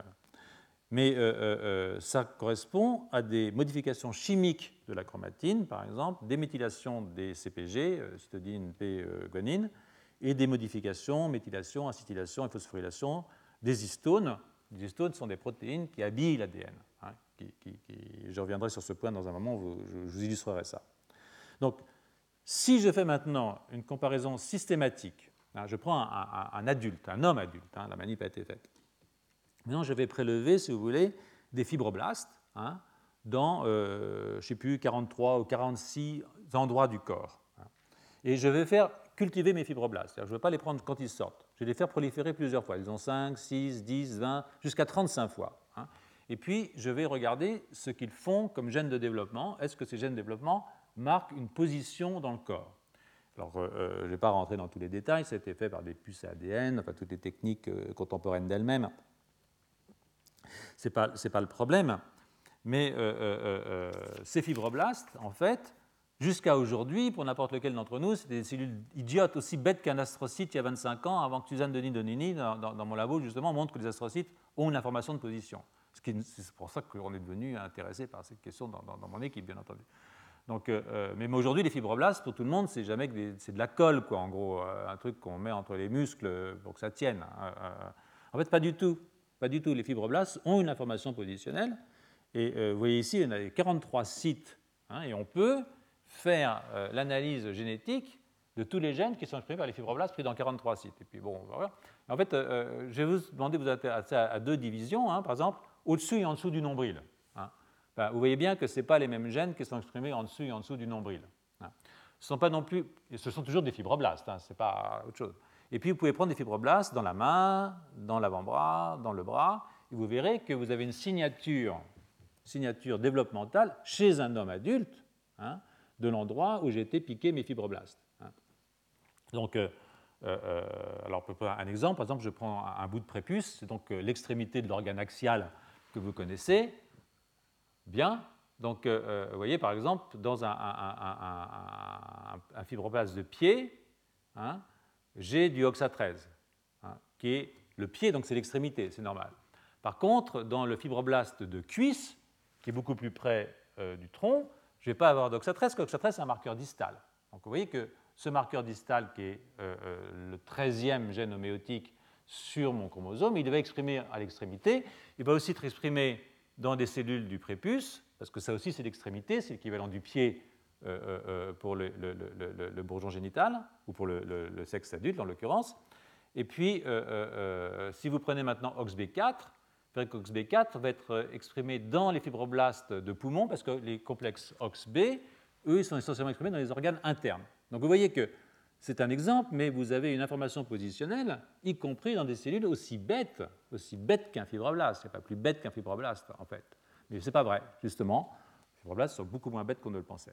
S2: Mais euh, euh, ça correspond à des modifications chimiques de la chromatine, par exemple, déméthylation des C P G, euh, cytidine, P, euh, guanine, et des modifications, méthylation, acétylation et phosphorylation des histones. Les histones sont des protéines qui habillent l'A D N. Hein, qui, qui, qui, je reviendrai sur ce point dans un moment où je, je vous illustrerai ça. Donc, si je fais maintenant une comparaison systématique, hein, je prends un, un, un adulte, un homme adulte, hein, la manip a été faite. Maintenant, je vais prélever, si vous voulez, des fibroblastes hein, dans, euh, je ne sais plus, quarante-trois ou quarante-six endroits du corps. Hein. Et je vais faire cultiver mes fibroblastes. Je ne vais pas les prendre quand ils sortent. Je vais les faire proliférer plusieurs fois. Ils ont cinq, six, dix, vingt, jusqu'à trente-cinq fois. Hein. Et puis, je vais regarder ce qu'ils font comme gènes de développement. Est-ce que ces gènes de développement marquent une position dans le corps ? Alors, euh, je ne vais pas rentrer dans tous les détails. Ça a été fait par des puces A D N, enfin, toutes les techniques euh, contemporaines d'elles-mêmes. Ce n'est pas, c'est pas le problème, mais euh, euh, euh, ces fibroblastes, en fait, jusqu'à aujourd'hui, pour n'importe lequel d'entre nous, c'était des cellules idiotes, aussi bêtes qu'un astrocyte il y a vingt-cinq ans, avant que Suzanne Denis Donini, dans, dans, dans mon labo, justement, montre que les astrocytes ont une information de position. Ce qui, c'est pour ça qu'on est devenu intéressé par cette question dans, dans, dans mon équipe, bien entendu. Donc, euh, mais aujourd'hui, les fibroblastes, pour tout le monde, c'est jamais que des, c'est de la colle, quoi, en gros, euh, un truc qu'on met entre les muscles pour que ça tienne. Euh, euh, en fait, pas du tout. Pas du tout. Les fibroblastes ont une information positionnelle. Et euh, vous voyez ici, on a quarante-trois sites. Hein, et on peut faire euh, l'analyse génétique de tous les gènes qui sont exprimés par les fibroblastes pris dans quarante-trois sites. Et puis, bon, voilà. En fait, euh, je vais vous demander de vous intéresser à, à deux divisions. Hein, par exemple, au-dessus et en dessous du nombril. Hein. Ben, vous voyez bien que ce ne sont pas les mêmes gènes qui sont exprimés en dessous et en dessous du nombril. Hein. Ce sont pas non plus, ce sont toujours des fibroblastes. Hein, ce n'est pas autre chose. Et puis, vous pouvez prendre des fibroblastes dans la main, dans l'avant-bras, dans le bras, et vous verrez que vous avez une signature, signature développementale chez un homme adulte hein, de l'endroit où j'ai été piqué mes fibroblastes. Hein. Donc, euh, Euh, euh, alors, pour un exemple, par exemple, je prends un, un bout de prépuce, c'est donc euh, l'extrémité de l'organe axial que vous connaissez. Bien. Donc, euh, vous voyez, par exemple, dans un, un, un, un, un fibroblast de pied, hein, j'ai du oxa treize, hein, qui est le pied, donc c'est l'extrémité, c'est normal. Par contre, dans le fibroblast de cuisse, qui est beaucoup plus près euh, du tronc, je ne vais pas avoir d'oxa treize, parce que l'oxa treize, c'est un marqueur distal. Donc, vous voyez que ce marqueur distal, qui est euh, euh, le treizième gène homéotique sur mon chromosome, il va exprimer à l'extrémité. Il va aussi être exprimé dans des cellules du prépuce, parce que ça aussi c'est l'extrémité, c'est l'équivalent du pied euh, euh, pour le, le, le, le bourgeon génital, ou pour le, le, le sexe adulte en l'occurrence. Et puis, euh, euh, si vous prenez maintenant O X B quatre, O X B quatre va être exprimé dans les fibroblastes de poumon, parce que les complexes O X B, eux, ils sont essentiellement exprimés dans les organes internes. Donc vous voyez que c'est un exemple, mais vous avez une information positionnelle, y compris dans des cellules aussi bêtes, aussi bêtes qu'un fibroblaste. C'est pas plus bête qu'un fibroblaste, en fait. Mais ce n'est pas vrai, justement. Les fibroblastes sont beaucoup moins bêtes qu'on ne le pensait.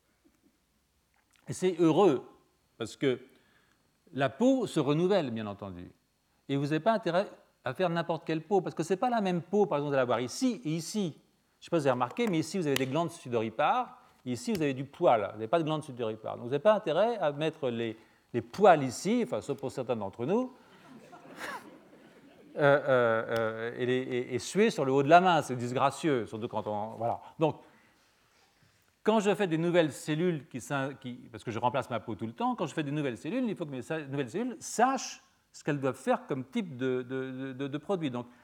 S2: Et c'est heureux, parce que la peau se renouvelle, bien entendu. Et vous n'avez pas intérêt à faire n'importe quelle peau, parce que ce n'est pas la même peau, par exemple, vous allez avoir ici et ici. Je ne sais pas si vous avez remarqué, mais ici, vous avez des glandes sudoripares. Ici, vous avez du poil, vous n'avez pas de glande sudoripares. Donc, vous n'avez pas intérêt à mettre les, les poils ici, enfin, sauf pour certains d'entre nous, euh, euh, euh, et, les, et, et suer sur le haut de la main. C'est disgracieux, surtout quand on. Voilà. Donc, quand je fais des nouvelles cellules, qui, qui, parce que je remplace ma peau tout le temps, quand je fais des nouvelles cellules, il faut que mes nouvelles cellules sachent ce qu'elles doivent faire comme type de, de, de, de produit. Donc,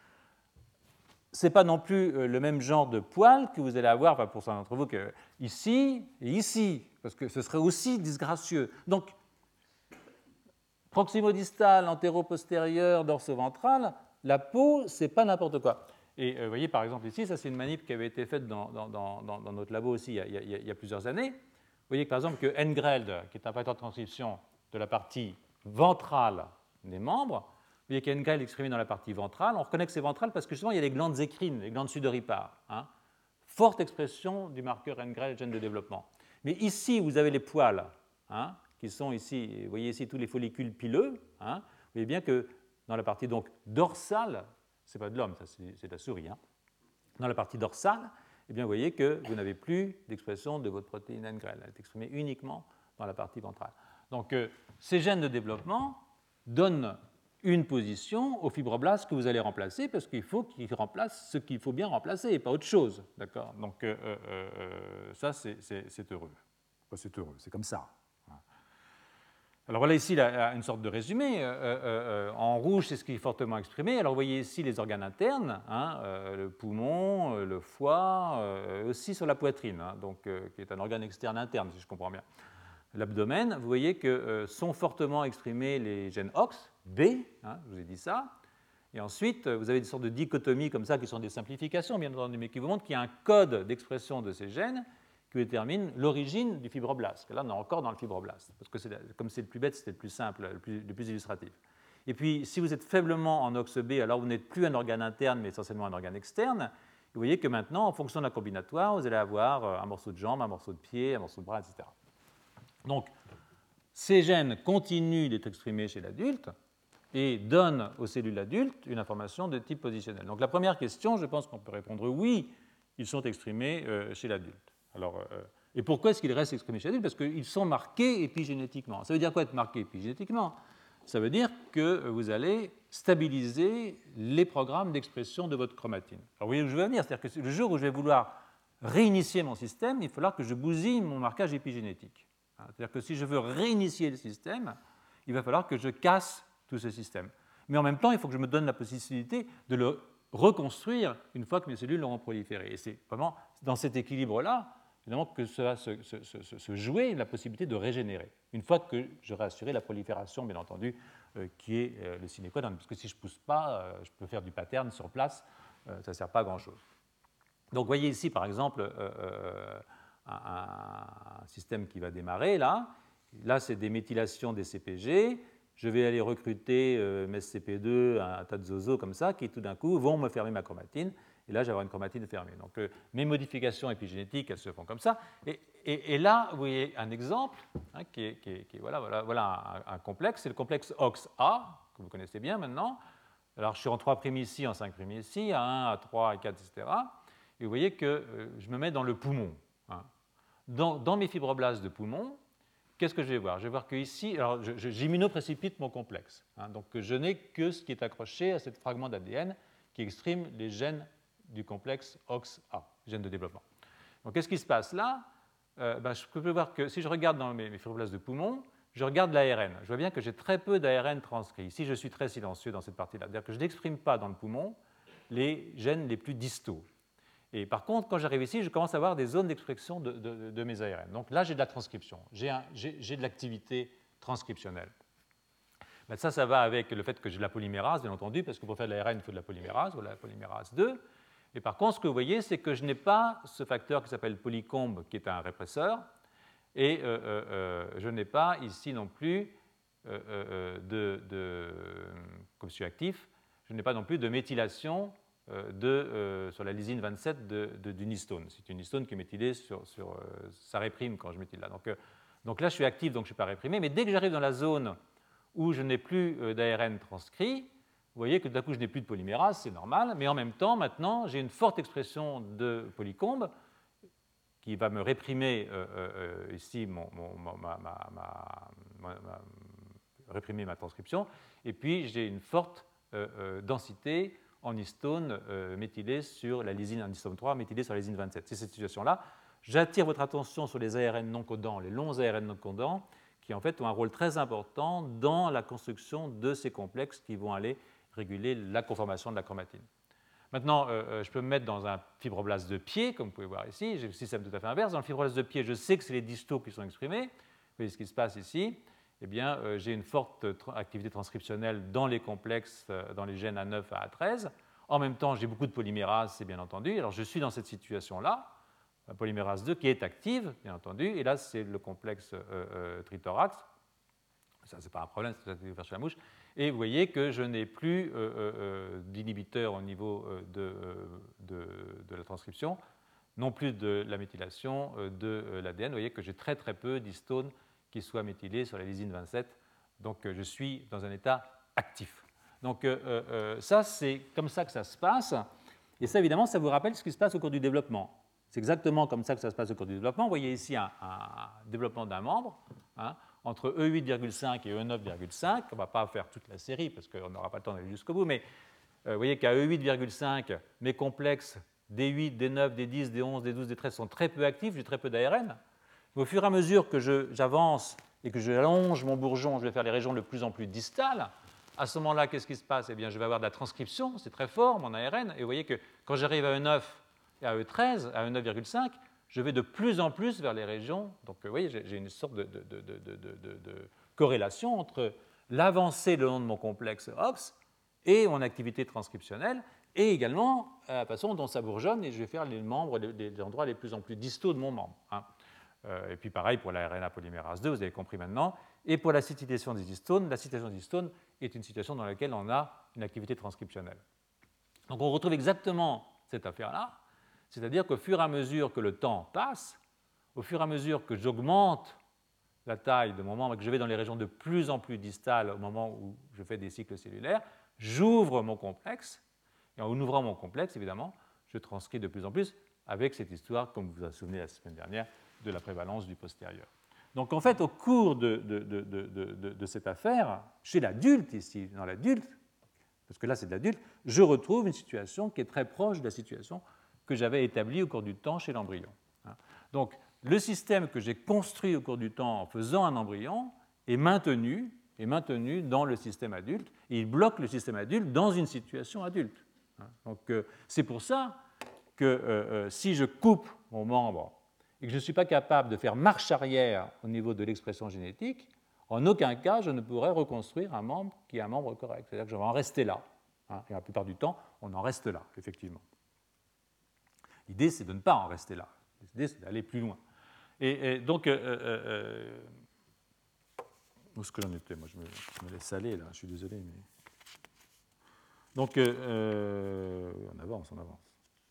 S2: ce n'est pas non plus le même genre de poils que vous allez avoir, enfin pour certains d'entre vous, que ici et ici, parce que ce serait aussi disgracieux. Donc, proximodistal, antéro-postérieur, dorso-ventral, la peau, ce n'est pas n'importe quoi. Et vous euh, voyez, par exemple, ici, ça c'est une manip qui avait été faite dans, dans, dans, dans notre labo aussi il y, a, il, y a, il y a plusieurs années. Vous voyez que, par exemple, que N-GRELD, qui est un facteur de transcription de la partie ventrale des membres, vous voyez qu'il y a une grêle exprimée dans la partie ventrale. On reconnaît que c'est ventral parce que justement, il y a les glandes écrines, les glandes sudoripares. Hein. Forte expression du marqueur N-grêle, gène de développement. Mais ici, vous avez les poils, hein, qui sont ici, vous voyez ici tous les follicules pileux. Hein. Vous voyez bien que dans la partie donc dorsale, ce n'est pas de l'homme, c'est de la souris. Hein. Dans la partie dorsale, eh bien, vous voyez que vous n'avez plus d'expression de votre protéine N-grêle. Elle est exprimée uniquement dans la partie ventrale. Donc, euh, ces gènes de développement donnent une position au fibroblast que vous allez remplacer, parce qu'il faut qu'il remplace ce qu'il faut bien remplacer, et pas autre chose. D'accord ? Donc, euh, euh, ça, c'est heureux. Enfin, c'est heureux, c'est comme ça. Alors, voilà ici là, une sorte de résumé. Euh, euh, en rouge, c'est ce qui est fortement exprimé. Alors, vous voyez ici les organes internes, hein, euh, le poumon, euh, le foie, euh, aussi sur la poitrine, hein, donc, euh, qui est un organe externe interne, si je comprends bien. L'abdomen, vous voyez que euh, sont fortement exprimés les gènes O X B, hein, je vous ai dit ça, et ensuite vous avez des sortes de dichotomies comme ça qui sont des simplifications, bien entendu, mais qui vous montrent qu'il y a un code d'expression de ces gènes qui détermine l'origine du fibroblast. Là, on est encore dans le fibroblast, parce que comme c'est le plus bête, c'est le plus simple, le plus, le plus illustratif. Et puis, si vous êtes faiblement en O X B, alors vous n'êtes plus un organe interne, mais essentiellement un organe externe. Vous voyez que maintenant, en fonction d'un combinatoire, vous allez avoir un morceau de jambe, un morceau de pied, un morceau de bras, et cetera. Donc, ces gènes continuent d'être exprimés chez l'adulte et donnent aux cellules adultes une information de type positionnel. Donc, la première question, je pense qu'on peut répondre oui, ils sont exprimés euh, chez l'adulte. Alors, euh, et pourquoi est-ce qu'ils restent exprimés chez l'adulte ? Parce qu'ils sont marqués épigénétiquement. Ça veut dire quoi être marqué épigénétiquement ? Ça veut dire que vous allez stabiliser les programmes d'expression de votre chromatine. Alors, vous voyez où je veux venir ? C'est-à-dire que le jour où je vais vouloir réinitier mon système, il va falloir que je bousille mon marquage épigénétique. C'est-à-dire que si je veux réinitier le système, il va falloir que je casse tout ce système. Mais en même temps, il faut que je me donne la possibilité de le reconstruire une fois que mes cellules auront proliféré. Et c'est vraiment dans cet équilibre-là, évidemment, que ça va se, se, se, se jouer la possibilité de régénérer, une fois que j'aurai assuré la prolifération, bien entendu, euh, qui est euh, le sine qua non. Parce que si je ne pousse pas, euh, je peux faire du pattern sur place, euh, ça ne sert pas à grand-chose. Donc, vous voyez ici, par exemple, euh, euh, un système qui va démarrer là. Là, c'est des méthylations des C P G. Je vais aller recruter euh, mes S C P deux, un tas de zozos comme ça, qui tout d'un coup vont me fermer ma chromatine. et là, je vais avoir une chromatine fermée. Donc, euh, mes modifications épigénétiques, elles se font comme ça. Et, et, et là, vous voyez un exemple, hein, qui est, qui est, qui est, voilà, voilà, voilà un, un complexe, c'est le complexe O X A, que vous connaissez bien maintenant. Alors, je suis en trois' ici, en cinq' ici, à un, à trois, à quatre, et cetera. Et vous voyez que euh, je me mets dans le poumon. Hein. Dans, dans mes fibroblastes de poumon, qu'est-ce que je vais voir? Je vais voir que ici, alors j'immunoprécipite mon complexe. Hein, donc je n'ai que ce qui est accroché à ce fragment d'A D N qui exprime les gènes du complexe O X A, gènes de développement. Donc qu'est-ce qui se passe là? euh, ben, Je peux voir que si je regarde dans mes, mes fibroblastes de poumon, je regarde l'A R N. Je vois bien que j'ai très peu d'A R N transcrit. Ici, je suis très silencieux dans cette partie-là. C'est-à-dire que je n'exprime pas dans le poumon les gènes les plus distaux. Et par contre, quand j'arrive ici, je commence à avoir des zones d'expression de, de, de mes A R N. Donc là, j'ai de la transcription, j'ai, un, j'ai, j'ai de l'activité transcriptionnelle. Ben ça, ça va avec le fait que j'ai de la polymérase, bien entendu, parce que pour faire de l'A R N, il faut de la polymérase, ou de la polymérase deux. Et par contre, ce que vous voyez, c'est que je n'ai pas ce facteur qui s'appelle polycombe, qui est un répresseur, et euh, euh, je n'ai pas ici non plus euh, euh, de, de, comme je suis actif, je n'ai pas non plus de méthylation De, euh, sur la lysine vingt-sept de, de, d'une histone. C'est une histone qui est méthylée sur, sur euh, ça réprime quand je méthyle là. Donc, euh, donc là, je suis actif, donc je ne suis pas réprimé. Mais dès que j'arrive dans la zone où je n'ai plus euh, d'A R N transcrit, vous voyez que d'un coup, je n'ai plus de polymérase, c'est normal. Mais en même temps, maintenant, j'ai une forte expression de polycombe qui va me réprimer euh, euh, ici mon, mon, ma, ma, ma, ma, réprimer ma transcription. Et puis, j'ai une forte euh, euh, densité en histone euh, méthylé sur la lysine, en histone trois, méthylé sur la lysine vingt-sept. C'est cette situation-là. J'attire votre attention sur les A R N non codants, les longs A R N non codants, qui en fait ont un rôle très important dans la construction de ces complexes qui vont aller réguler la conformation de la chromatine. Maintenant, euh, je peux me mettre dans un fibroblaste de pied, comme vous pouvez voir ici. J'ai le système tout à fait inverse. Dans le fibroblaste de pied, je sais que c'est les distaux qui sont exprimés. Vous voyez ce qui se passe ici. Eh bien, euh, j'ai une forte tra- activité transcriptionnelle dans les complexes, euh, dans les gènes A neuf à A treize. En même temps, j'ai beaucoup de polymérase, c'est bien entendu. Alors, je suis dans cette situation-là, la polymérase deux qui est active, bien entendu. Et là, c'est le complexe euh, euh, trithorax. Ça, ce n'est pas un problème, c'est ça qui faire chez la mouche. Et vous voyez que je n'ai plus euh, euh, d'inhibiteur au niveau euh, de, de, de la transcription, non plus de la méthylation euh, de euh, l'A D N. Vous voyez que j'ai très très peu d'histones qui soient méthylées sur la lysine vingt-sept. Donc euh, je suis dans un état actif. Donc euh, euh, ça, c'est comme ça que ça se passe. Et ça, évidemment, ça vous rappelle ce qui se passe au cours du développement. C'est exactement comme ça que ça se passe au cours du développement. Vous voyez ici un, un développement d'un membre, hein, entre E huit virgule cinq et E neuf virgule cinq. On ne va pas faire toute la série parce qu'on n'aura pas le temps d'aller jusqu'au bout, mais euh, vous voyez qu'à E huit virgule cinq, mes complexes D huit, D neuf, D dix, D onze, D douze, D treize sont très peu actifs, j'ai très peu d'A R N. Au fur et à mesure que je, j'avance et que j'allonge mon bourgeon, je vais faire les régions de plus en plus distales. À ce moment-là, qu'est-ce qui se passe? Eh bien, je vais avoir de la transcription, c'est très fort, mon A R N. Et vous voyez que quand j'arrive à E neuf et à E treize, à E neuf virgule cinq, je vais de plus en plus vers les régions. Donc, vous voyez, j'ai une sorte de, de, de, de, de, de corrélation entre l'avancée le long de mon complexe O X et mon activité transcriptionnelle, et également la façon dont ça bourgeonne, et je vais faire les membres, les, les endroits les plus en plus distaux de mon membre. Hein. Euh, et puis pareil pour la R N A polymérase deux, vous avez compris maintenant. Et pour la citation des histones, la citation des histones est une situation dans laquelle on a une activité transcriptionnelle. Donc on retrouve exactement cette affaire-là, c'est-à-dire qu'au fur et à mesure que le temps passe, au fur et à mesure que j'augmente la taille de mon membre et que je vais dans les régions de plus en plus distales au moment où je fais des cycles cellulaires, j'ouvre mon complexe, et en ouvrant mon complexe, évidemment, je transcris de plus en plus avec cette histoire, comme vous vous en souvenez la semaine dernière, de la prévalence du postérieur. Donc en fait, au cours de, de, de, de, de, de cette affaire, chez l'adulte ici, dans l'adulte, parce que là c'est de l'adulte, je retrouve une situation qui est très proche de la situation que j'avais établie au cours du temps chez l'embryon. Donc le système que j'ai construit au cours du temps en faisant un embryon est maintenu, est maintenu dans le système adulte, et il bloque le système adulte dans une situation adulte. Donc euh, c'est pour ça que euh, euh, si je coupe mon membre et que je ne suis pas capable de faire marche arrière au niveau de l'expression génétique, en aucun cas je ne pourrais reconstruire un membre qui est un membre correct. C'est-à-dire que je vais en rester là. Hein, et la plupart du temps, on en reste là, effectivement. L'idée, c'est de ne pas en rester là. L'idée, c'est d'aller plus loin. Et, et donc, euh, euh, euh, où est-ce que j'en étais? Moi, je me, je me laisse aller, là, je suis désolé. Mais... Donc, euh, euh, on avance, on avance.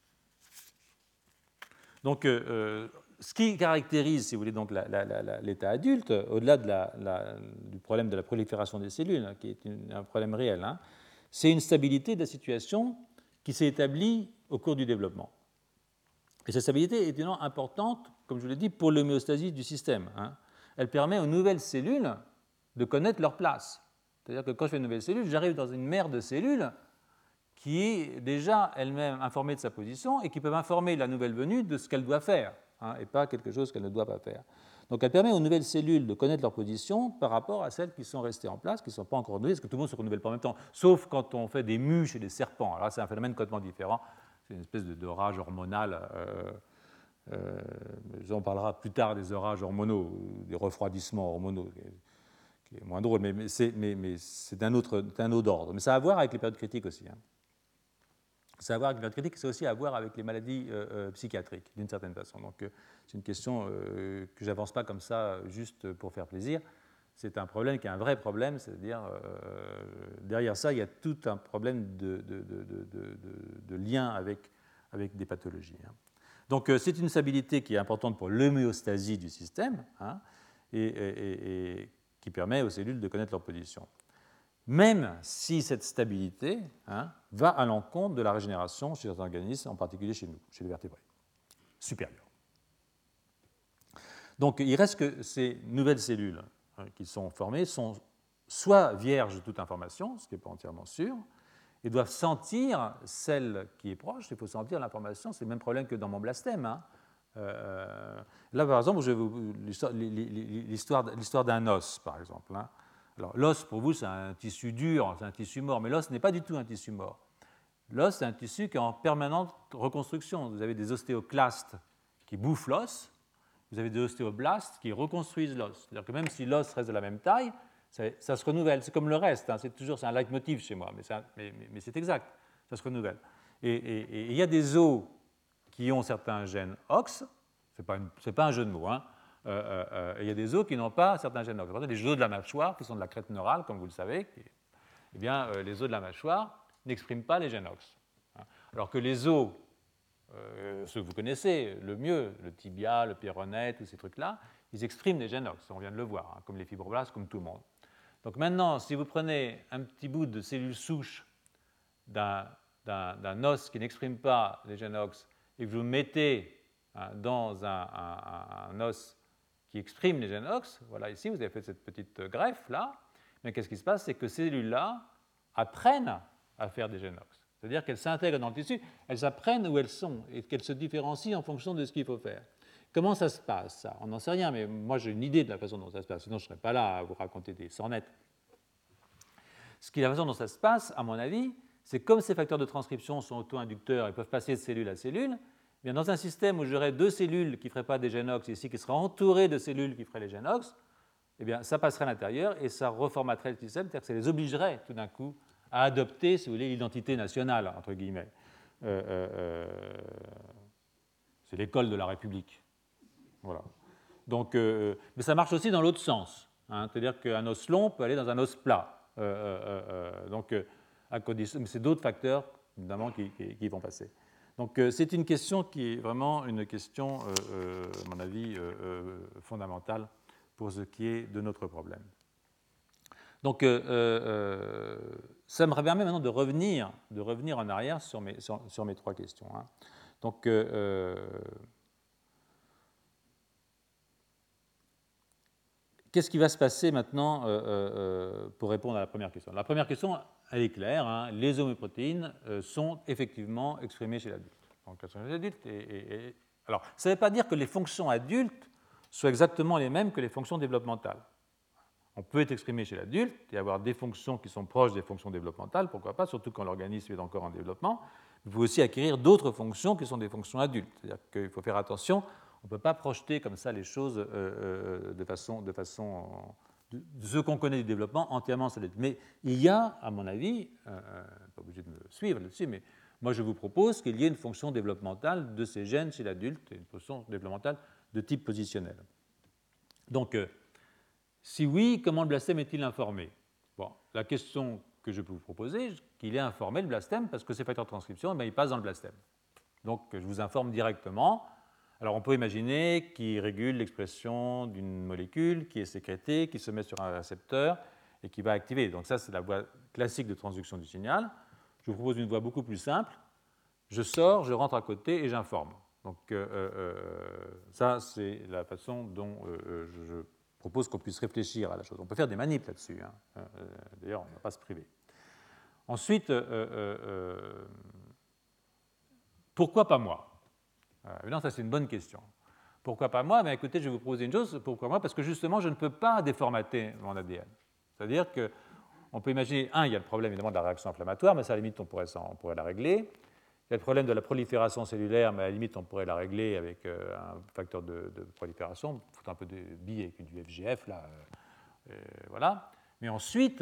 S2: Donc, euh, ce qui caractérise, si vous voulez, donc la, la, la, l'état adulte, au-delà de la, la, du problème de la prolifération des cellules, hein, qui est une, un problème réel, hein, c'est une stabilité de la situation qui s'est établie au cours du développement. Et cette stabilité est évidemment importante, comme je vous l'ai dit, pour l'homéostasie du système. Hein. Elle permet aux nouvelles cellules de connaître leur place. C'est-à-dire que quand je fais une nouvelle cellule, j'arrive dans une mer de cellules qui est déjà elle-même informée de sa position et qui peuvent informer la nouvelle venue de ce qu'elle doit faire, hein, et pas quelque chose qu'elle ne doit pas faire. Donc elle permet aux nouvelles cellules de connaître leur position par rapport à celles qui sont restées en place, qui ne sont pas encore renouvelées, parce que tout le monde ne se renouvelle pas en même temps, sauf quand on fait des mues chez des serpents. Alors là, c'est un phénomène complètement différent, c'est une espèce de, de rage hormonale. Euh, euh, on parlera plus tard des orages hormonaux, des refroidissements hormonaux, qui est moins drôle, mais, mais c'est, mais, mais c'est d'un autre, d'un autre ordre. Mais ça a à voir avec les périodes critiques aussi. Hein. Ça a à voir avec les périodes critiques, c'est aussi à voir avec les maladies euh, euh, psychiatriques, d'une certaine façon. Donc, euh, c'est une question euh, que je n'avance pas comme ça, juste pour faire plaisir. C'est un problème qui est un vrai problème, c'est-à-dire, euh, derrière ça, il y a tout un problème de, de, de, de, de, de lien avec, avec des pathologies. Hein. Donc, euh, c'est une stabilité qui est importante pour l'homéostasie du système, hein, et, et, et qui permet aux cellules de connaître leur position. Même si cette stabilité, hein, va à l'encontre de la régénération chez certains organismes, en particulier chez nous, chez les vertébrés supérieurs. Donc il reste que ces nouvelles cellules, hein, qui sont formées sont soit vierges de toute information, ce qui n'est pas entièrement sûr, et doivent sentir celle qui est proche. Il faut sentir l'information, c'est le même problème que dans mon blastème. Hein. Euh, là, par exemple, je vais vous, l'histoire, l'histoire, l'histoire d'un os, par exemple. Hein. Alors, l'os, pour vous, c'est un tissu dur, c'est un tissu mort, mais l'os n'est pas du tout un tissu mort. L'os, c'est un tissu qui est en permanente reconstruction. Vous avez des ostéoclastes qui bouffent l'os, vous avez des ostéoblastes qui reconstruisent l'os. C'est-à-dire que même si l'os reste de la même taille, ça, ça se renouvelle. C'est comme le reste, hein. c'est toujours c'est un leitmotiv chez moi, mais c'est, un, mais, mais, mais c'est exact, ça se renouvelle. Et il y a des os qui ont certains gènes O X, ce n'est pas, pas un jeu de mots, hein. Euh, euh, il y a des os qui n'ont pas certains gènes O X. Les os de la mâchoire, qui sont de la crête neurale, comme vous le savez, qui, eh bien, euh, les os de la mâchoire n'expriment pas les gènes O X. Hein. Alors que les os, euh, ceux que vous connaissez le mieux, le tibia, le péroné, tous ces trucs-là, ils expriment des gènes O X, on vient de le voir, hein, comme les fibroblastes, comme tout le monde. Donc maintenant, si vous prenez un petit bout de cellule souche d'un, d'un, d'un os qui n'exprime pas les gènes O X et que vous mettez hein, dans un, un, un os qui exprime les gènes O X, voilà ici, vous avez fait cette petite greffe-là, mais qu'est-ce qui se passe? C'est que ces cellules-là apprennent à faire des gènes O X. C'est-à-dire qu'elles s'intègrent dans le tissu, elles apprennent où elles sont et qu'elles se différencient en fonction de ce qu'il faut faire. Comment ça se passe, ça? On n'en sait rien, mais moi j'ai une idée de la façon dont ça se passe, sinon je ne serais pas là à vous raconter des sornettes. Ce qui est la façon dont ça se passe, à mon avis, c'est comme ces facteurs de transcription sont auto-inducteurs et peuvent passer de cellule à cellule, bien dans un système où j'aurais deux cellules qui ne feraient pas des gènes O X ici, qui seraient entourées de cellules qui feraient les gènes O X, eh bien, ça passerait à l'intérieur et ça reformaterait le système, c'est-à-dire que ça les obligerait tout d'un coup à adopter, si vous voulez, l'identité nationale, entre guillemets. Euh, euh, euh, c'est l'école de la République. Voilà. Donc, euh, mais ça marche aussi dans l'autre sens. Hein, c'est-à-dire qu'un os long peut aller dans un os plat. Euh, euh, euh, donc, euh, à condition, mais c'est d'autres facteurs, évidemment, qui, qui, qui vont passer. Donc, euh, c'est une question qui est vraiment une question, euh, euh, à mon avis, euh, euh, fondamentale pour ce qui est de notre problème. Donc, euh, euh, ça me permet maintenant de revenir, de revenir en arrière sur mes, sur, sur mes trois questions. Hein. Donc, euh, euh, qu'est-ce qui va se passer maintenant euh, euh, pour répondre à la première question? La première question, elle est claire. Hein, les homéoprotéines euh, sont effectivement exprimées chez l'adulte. Donc, elles sont chez l'adulte. Et, et, et... Alors, ça ne veut pas dire que les fonctions adultes soient exactement les mêmes que les fonctions développementales. On peut être exprimé chez l'adulte et avoir des fonctions qui sont proches des fonctions développementales, pourquoi pas, surtout quand l'organisme est encore en développement. Vous pouvez aussi acquérir d'autres fonctions qui sont des fonctions adultes. C'est-à-dire qu'il faut faire attention, on ne peut pas projeter comme ça les choses euh, de façon, de façon de, de ce qu'on connaît du développement entièrement sur l'adulte. Mais il y a, à mon avis, euh, pas obligé de me suivre là-dessus, mais moi je vous propose qu'il y ait une fonction développementale de ces gènes chez l'adulte, et une fonction développementale de type positionnel. Donc, euh, si oui, comment le blastème est-il informé? Bon, la question que je peux vous proposer, qu'il est informé le blastème, parce que ces facteurs de transcription, eh bien, ils passent dans le blastème. Donc, je vous informe directement Alors on peut imaginer qu'il régule l'expression d'une molécule qui est sécrétée, qui se met sur un récepteur et qui va activer. Donc ça, c'est la voie classique de transduction du signal. Je vous propose une voie beaucoup plus simple. Je sors, je rentre à côté et j'informe. Donc euh, euh, ça, c'est la façon dont euh, je propose qu'on puisse réfléchir à la chose. On peut faire des manips là-dessus. Hein. Euh, d'ailleurs, on ne va pas se priver. Ensuite, euh, euh, euh, pourquoi pas moi? euh, Non, ça c'est une bonne question. Pourquoi pas moi? Ben, écoutez, je vais vous proposer une chose. Pourquoi moi? Parce que justement, je ne peux pas déformater mon A D N. C'est-à-dire qu'on peut imaginer, un, il y a le problème évidemment de la réaction inflammatoire, mais ça, à la limite, on pourrait, on pourrait la régler. Il y a le problème de la prolifération cellulaire, mais à la limite, on pourrait la régler avec euh, un facteur de, de prolifération. Il faut un peu de billes avec du F G F, là. Euh, euh, voilà. Mais ensuite,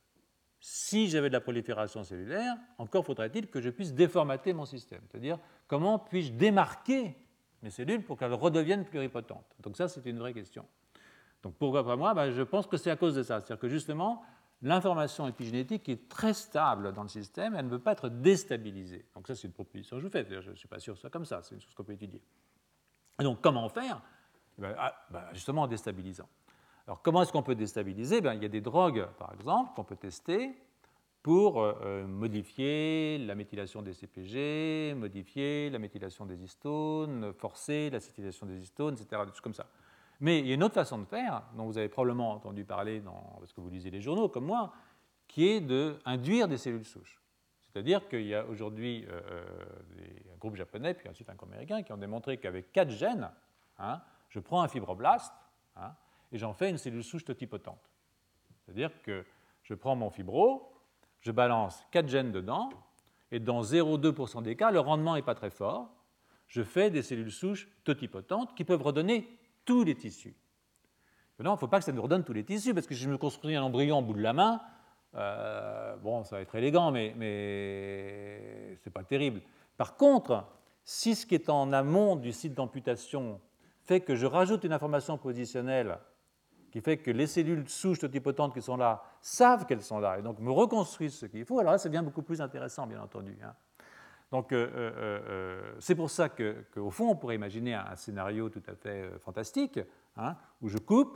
S2: si j'avais de la prolifération cellulaire, encore faudrait-il que je puisse déformater mon système. C'est-à-dire, comment puis-je démarquer mes cellules pour qu'elles redeviennent pluripotentes? Donc ça, c'est une vraie question. Donc pourquoi pas moi? Ben, je pense que c'est à cause de ça. C'est-à-dire que justement, l'information épigénétique est très stable dans le système, elle ne veut pas être déstabilisée. Donc ça, c'est une proposition que je vous fais. Je ne suis pas sûr que ce soit comme ça, c'est une chose qu'on peut étudier. Et donc comment faire? Ben, ah, ben, justement en déstabilisant. Alors comment est-ce qu'on peut déstabiliser? Ben, il y a des drogues, par exemple, qu'on peut tester pour euh, modifier la méthylation des C P G, modifier la méthylation des histones, forcer l'acétylation des histones, et cetera, des choses comme ça. Mais il y a une autre façon de faire, dont vous avez probablement entendu parler dans, parce que vous lisez les journaux comme moi, qui est d'induire des cellules souches. C'est-à-dire qu'il y a aujourd'hui euh, des, un groupe japonais, puis ensuite un groupe américain, qui ont démontré qu'avec quatre gènes, hein, je prends un fibroblast hein, et j'en fais une cellule souche totipotente. C'est-à-dire que je prends mon fibro, je balance quatre gènes dedans, et dans zéro virgule deux pour cent des cas, le rendement n'est pas très fort. Je fais des cellules souches totipotentes qui peuvent redonner tous les tissus. Non, il ne faut pas que ça nous redonne tous les tissus, parce que si je me construis un embryon au bout de la main, euh, bon, ça va être élégant, mais, mais ce n'est pas terrible. Par contre, si ce qui est en amont du site d'amputation fait que je rajoute une information positionnelle qui fait que les cellules souches totipotentes qui sont là savent qu'elles sont là, et donc me reconstruisent ce qu'il faut, alors là, ça devient beaucoup plus intéressant, bien entendu. Hein. Donc, euh, euh, euh, c'est pour ça que, qu'au fond, on pourrait imaginer un, un scénario tout à fait euh, fantastique, hein, où je coupe,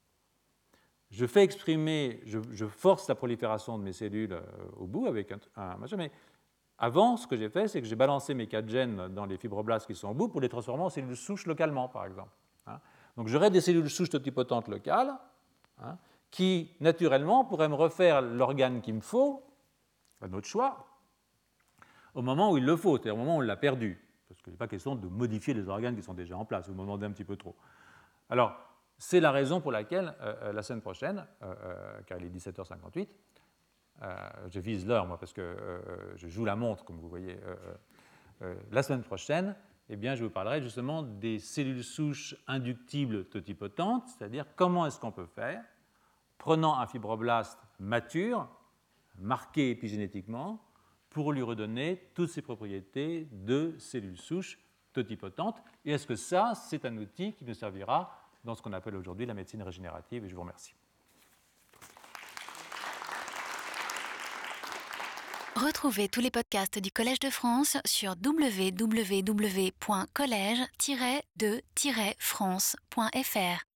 S2: je fais exprimer, je, je force la prolifération de mes cellules euh, au bout avec un, un machin, mais avant, ce que j'ai fait, c'est que j'ai balancé mes quatre gènes dans les fibroblastes qui sont au bout pour les transformer en cellules souches localement, par exemple. Hein. Donc, j'aurais des cellules souches totipotentes locales, hein, qui, naturellement, pourraient me refaire l'organe qu'il me faut, à notre choix, au moment où il le faut, c'est-à-dire au moment où on l'a perdu. Parce qu'il n'est pas question de modifier les organes qui sont déjà en place, vous m'en demandez un petit peu trop. Alors, c'est la raison pour laquelle, euh, la semaine prochaine, euh, car il est dix-sept heures cinquante-huit, euh, je vise l'heure, moi, parce que euh, je joue la montre, comme vous voyez, euh, euh, la semaine prochaine, eh bien, je vous parlerai justement des cellules souches inductibles totipotentes, c'est-à-dire comment est-ce qu'on peut faire, prenant un fibroblaste mature, marqué épigénétiquement, pour lui redonner toutes ses propriétés de cellules souches totipotentes. Et est-ce que ça, c'est un outil qui nous servira dans ce qu'on appelle aujourd'hui la médecine régénérative? Et je vous remercie.
S1: Retrouvez tous les podcasts du Collège de France sur w w w point collège tiret de tiret france point f r.